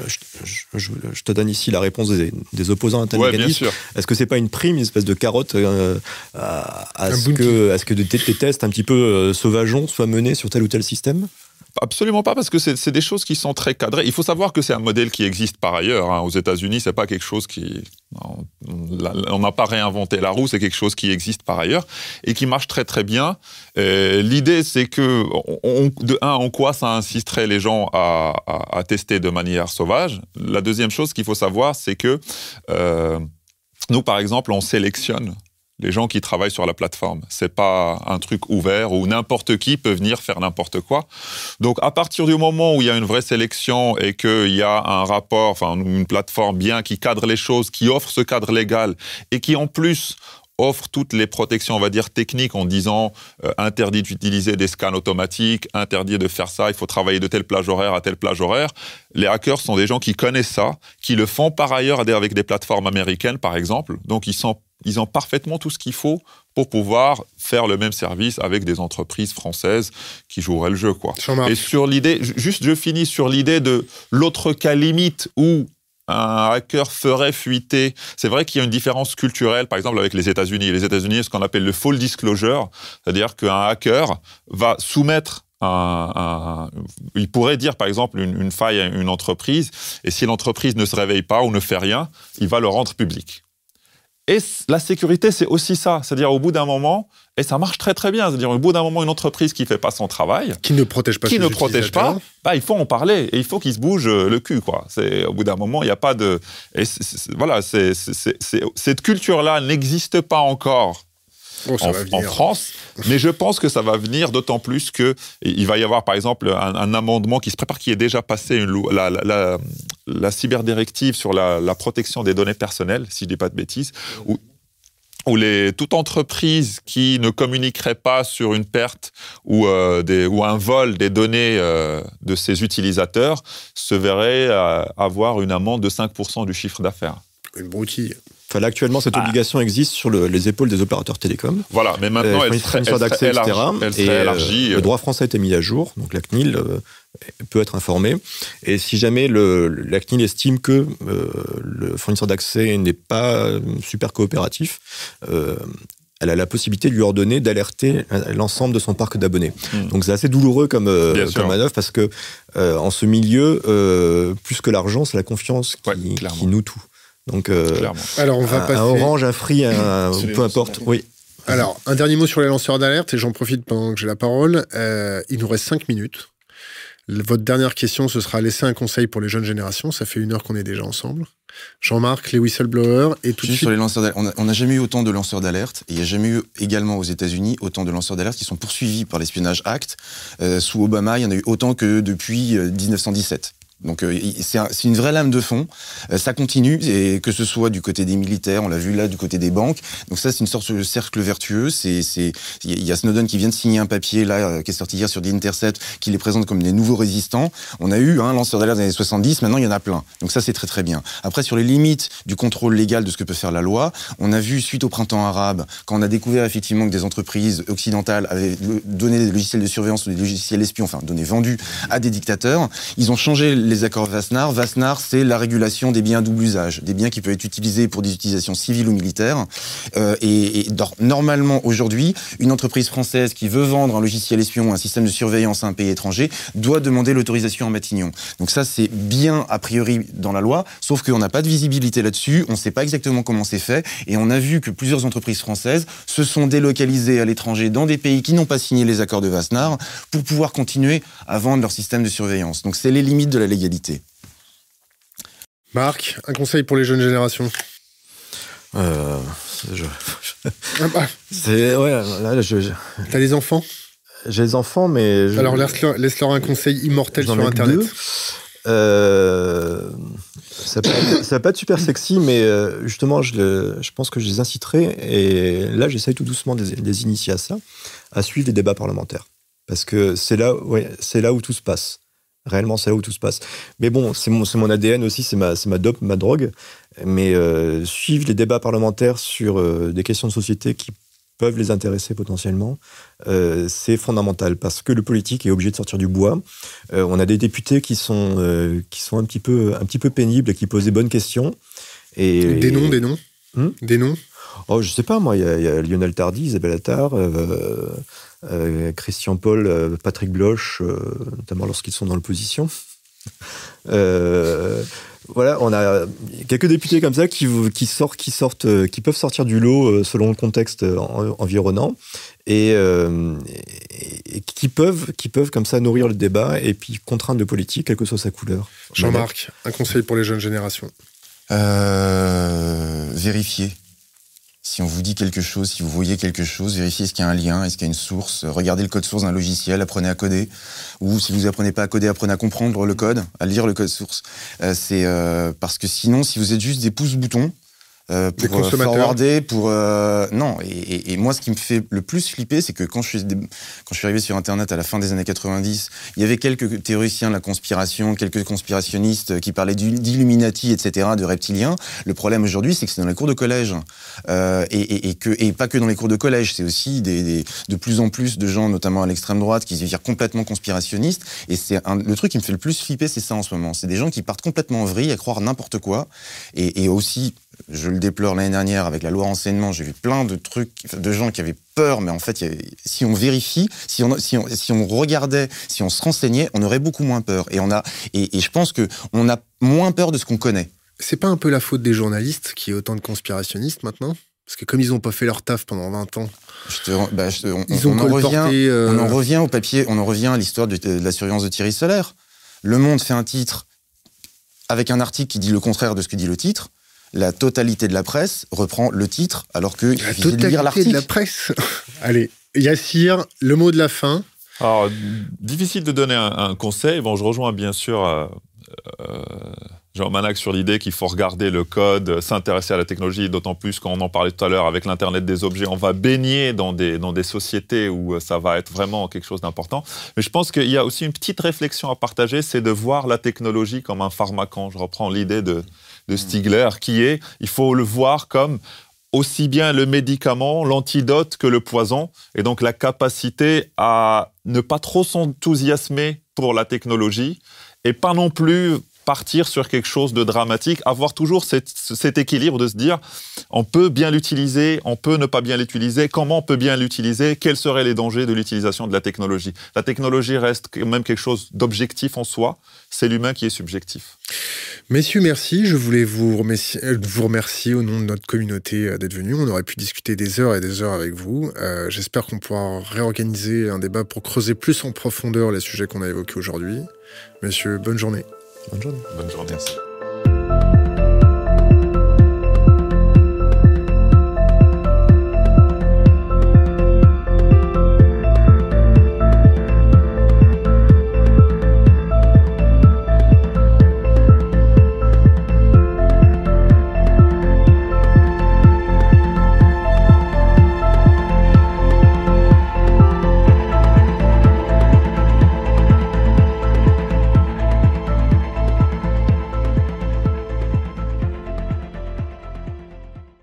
je te donne ici la réponse des opposants à un tel mécanisme. Est-ce que c'est pas une prime, une espèce de carotte à ce que des tests un petit peu sauvageons soient menés sur tel ou tel système ? Absolument pas, parce que c'est des choses qui sont très cadrées. Il faut savoir que c'est un modèle qui existe par ailleurs. Aux États-Unis, c'est pas quelque chose on n'a pas réinventé la roue, c'est quelque chose qui existe par ailleurs et qui marche très très bien. L'idée, c'est que, en quoi ça inciterait les gens à tester de manière sauvage. La deuxième chose qu'il faut savoir, c'est que nous, par exemple, on sélectionne les gens qui travaillent sur la plateforme. C'est pas un truc ouvert où n'importe qui peut venir faire n'importe quoi. Donc, à partir du moment où il y a une vraie sélection et qu'il y a un rapport, enfin, une plateforme bien qui cadre les choses, qui offre ce cadre légal et qui, en plus, offre toutes les protections, on va dire, techniques en disant interdit d'utiliser des scans automatiques, interdit de faire ça, il faut travailler de telle plage horaire à telle plage horaire. Les hackers sont des gens qui connaissent ça, qui le font par ailleurs avec des plateformes américaines, par exemple. Donc, ils ont parfaitement tout ce qu'il faut pour pouvoir faire le même service avec des entreprises françaises qui joueraient le jeu, quoi. Et sur l'idée, je finis sur l'idée de l'autre cas limite où un hacker ferait fuiter. C'est vrai qu'il y a une différence culturelle, par exemple, avec les États-Unis. Les États-Unis, ce qu'on appelle le full disclosure, c'est-à-dire qu'un hacker va soumettre il pourrait dire, par exemple, une faille à une entreprise, et si l'entreprise ne se réveille pas ou ne fait rien, il va le rendre public. Et la sécurité, c'est aussi ça. C'est-à-dire, au bout d'un moment, et ça marche très très bien, c'est-à-dire, au bout d'un moment, une entreprise qui ne fait pas son travail, qui ne protège pas, il faut en parler et il faut qu'il se bouge le cul, quoi. Au bout d'un moment, il n'y a pas de... Voilà, cette culture-là n'existe pas encore en France, mais je pense que ça va venir, d'autant plus qu'il va y avoir, par exemple, un amendement qui se prépare, qui est déjà passé, la cyberdirective sur la protection des données personnelles, si je ne dis pas de bêtises, toute entreprise qui ne communiquerait pas sur une perte ou un vol des données de ses utilisateurs se verrait avoir une amende de 5% du chiffre d'affaires. Une broutille. Enfin, là, actuellement, cette obligation existe sur les épaules des opérateurs télécoms. Voilà, mais maintenant, elle serait élargie. Le droit français a été mis à jour, donc la CNIL peut être informée. Et si jamais la CNIL estime que le fournisseur d'accès n'est pas super coopératif, elle a la possibilité de lui ordonner d'alerter l'ensemble de son parc d'abonnés. Donc c'est assez douloureux comme manœuvre, parce que en ce milieu, plus que l'argent, c'est la confiance qui noue tout. Donc, alors on va passer... un Orange, un Free, peu importe. Oui. Alors, un dernier mot sur les lanceurs d'alerte, et j'en profite pendant que j'ai la parole. Il nous reste 5 minutes. Votre dernière question, ce sera laisser un conseil pour les jeunes générations. Ça fait 1 heure qu'on est déjà ensemble. Jean-Marc, les whistleblowers, et tout de suite... Sur les lanceurs d'alerte, on n'a jamais eu autant de lanceurs d'alerte, et il n'y a jamais eu également aux États-Unis autant de lanceurs d'alerte qui sont poursuivis par l'Espionnage Act. Sous Obama, il y en a eu autant que depuis 1917. Donc c'est une vraie lame de fond, ça continue, et que ce soit du côté des militaires, on l'a vu là, du côté des banques. Donc ça, c'est une sorte de cercle vertueux. Il y a Snowden qui vient de signer un papier là qui est sorti hier sur The Intercept, qui les présente comme des nouveaux résistants. On a eu un lanceur d'alerte des années 70, maintenant il y en a plein. Donc ça, c'est très très bien. Après, sur les limites du contrôle légal de ce que peut faire la loi, on a vu suite au printemps arabe, quand on a découvert effectivement que des entreprises occidentales avaient donné des logiciels de surveillance ou des logiciels espions, vendus à des dictateurs, ils ont changé les accords Wassenaar. Wassenaar, c'est la régulation des biens à double usage, des biens qui peuvent être utilisés pour des utilisations civiles ou militaires. Normalement, aujourd'hui, une entreprise française qui veut vendre un logiciel espion, un système de surveillance à un pays étranger, doit demander l'autorisation en Matignon. Donc ça, c'est bien a priori dans la loi, sauf qu'on n'a pas de visibilité là-dessus, on ne sait pas exactement comment c'est fait, et on a vu que plusieurs entreprises françaises se sont délocalisées à l'étranger dans des pays qui n'ont pas signé les accords de Wassenaar pour pouvoir continuer à vendre leur système de surveillance. Donc c'est les limites de la légalité. Marc, un conseil pour les jeunes générations. T'as des enfants? J'ai des enfants, mais... Alors laisse-leur un conseil immortel sur Internet. Ça va pas être super sexy, mais justement, je pense que je les inciterai, et là, j'essaye tout doucement de les initier à ça, à suivre les débats parlementaires. Parce que c'est là où tout se passe. Réellement, c'est là où tout se passe. Mais bon, c'est mon ADN aussi, c'est ma dope, ma drogue. Mais suivre les débats parlementaires sur des questions de société qui peuvent les intéresser potentiellement, c'est fondamental, parce que le politique est obligé de sortir du bois. On a des députés qui sont un petit peu pénibles et qui posent des bonnes questions. Des noms Des noms? Oh, je sais pas, moi, il y a Lionel Tardy, Isabelle Attard, Christian Paul, Patrick Bloch, notamment lorsqu'ils sont dans l'opposition. Voilà, on a quelques députés comme ça qui peuvent sortir du lot selon le contexte environnant, et qui peuvent comme ça nourrir le débat et puis contraindre le politique, quelle que soit sa couleur. Jean-Marc, un conseil pour les jeunes générations. Vérifiez. Si on vous dit quelque chose, si vous voyez quelque chose, vérifiez est-ce qu'il y a un lien, est-ce qu'il y a une source. Regardez le code source d'un logiciel, apprenez à coder. Ou si vous apprenez pas à coder, apprenez à comprendre le code, à lire le code source. Parce que sinon, si vous êtes juste des pouces-boutons, pour forwarder, non. Et moi, ce qui me fait le plus flipper, c'est que quand je suis arrivé sur Internet à la fin des années 90, il y avait quelques théoriciens de la conspiration, quelques conspirationnistes qui parlaient d'Illuminati, etc., de reptiliens. Le problème aujourd'hui, c'est que c'est dans les cours de collège, et pas que dans les cours de collège. C'est aussi de plus en plus de gens, notamment à l'extrême droite, qui se virent complètement conspirationnistes. Et le truc qui me fait le plus flipper, c'est ça en ce moment. C'est des gens qui partent complètement en vrille à croire n'importe quoi, et aussi. Je le déplore l'année dernière avec la loi renseignement, j'ai vu plein de trucs, de gens qui avaient peur, mais en fait, si on vérifie, si on regardait, si on se renseignait, on aurait beaucoup moins peur. Et je pense qu'on a moins peur de ce qu'on connaît. C'est pas un peu la faute des journalistes qui est autant de conspirationnistes maintenant ? Parce que comme ils n'ont pas fait leur taf pendant 20 ans, on en revient au papier, on en revient à l'histoire de la surveillance de Thierry Solaire. Le Monde fait un titre avec un article qui dit le contraire de ce que dit le titre. La totalité de la presse reprend le titre, alors qu'il suffisait de lire l'article. La totalité de la presse. Allez, Yassir, le mot de la fin. Alors, difficile de donner un conseil. Bon, je rejoins bien sûr Jean Manac sur l'idée qu'il faut regarder le code, s'intéresser à la technologie, d'autant plus quand on en parlait tout à l'heure avec l'Internet des objets, on va baigner dans des sociétés où ça va être vraiment quelque chose d'important. Mais je pense qu'il y a aussi une petite réflexion à partager, c'est de voir la technologie comme un pharmacon. Je reprends l'idée de Stigler, qui est, il faut le voir comme aussi bien le médicament, l'antidote que le poison, et donc la capacité à ne pas trop s'enthousiasmer pour la technologie, et pas non plus partir sur quelque chose de dramatique, avoir toujours cet équilibre de se dire on peut bien l'utiliser, on peut ne pas bien l'utiliser, comment on peut bien l'utiliser, quels seraient les dangers de l'utilisation de la technologie. La technologie reste quand même quelque chose d'objectif en soi, c'est l'humain qui est subjectif. Messieurs, merci. Je voulais vous remercier au nom de notre communauté d'être venus. On aurait pu discuter des heures et des heures avec vous. J'espère qu'on pourra réorganiser un débat pour creuser plus en profondeur les sujets qu'on a évoqués aujourd'hui. Messieurs, bonne journée. Bonne journée. Bonne journée. Merci.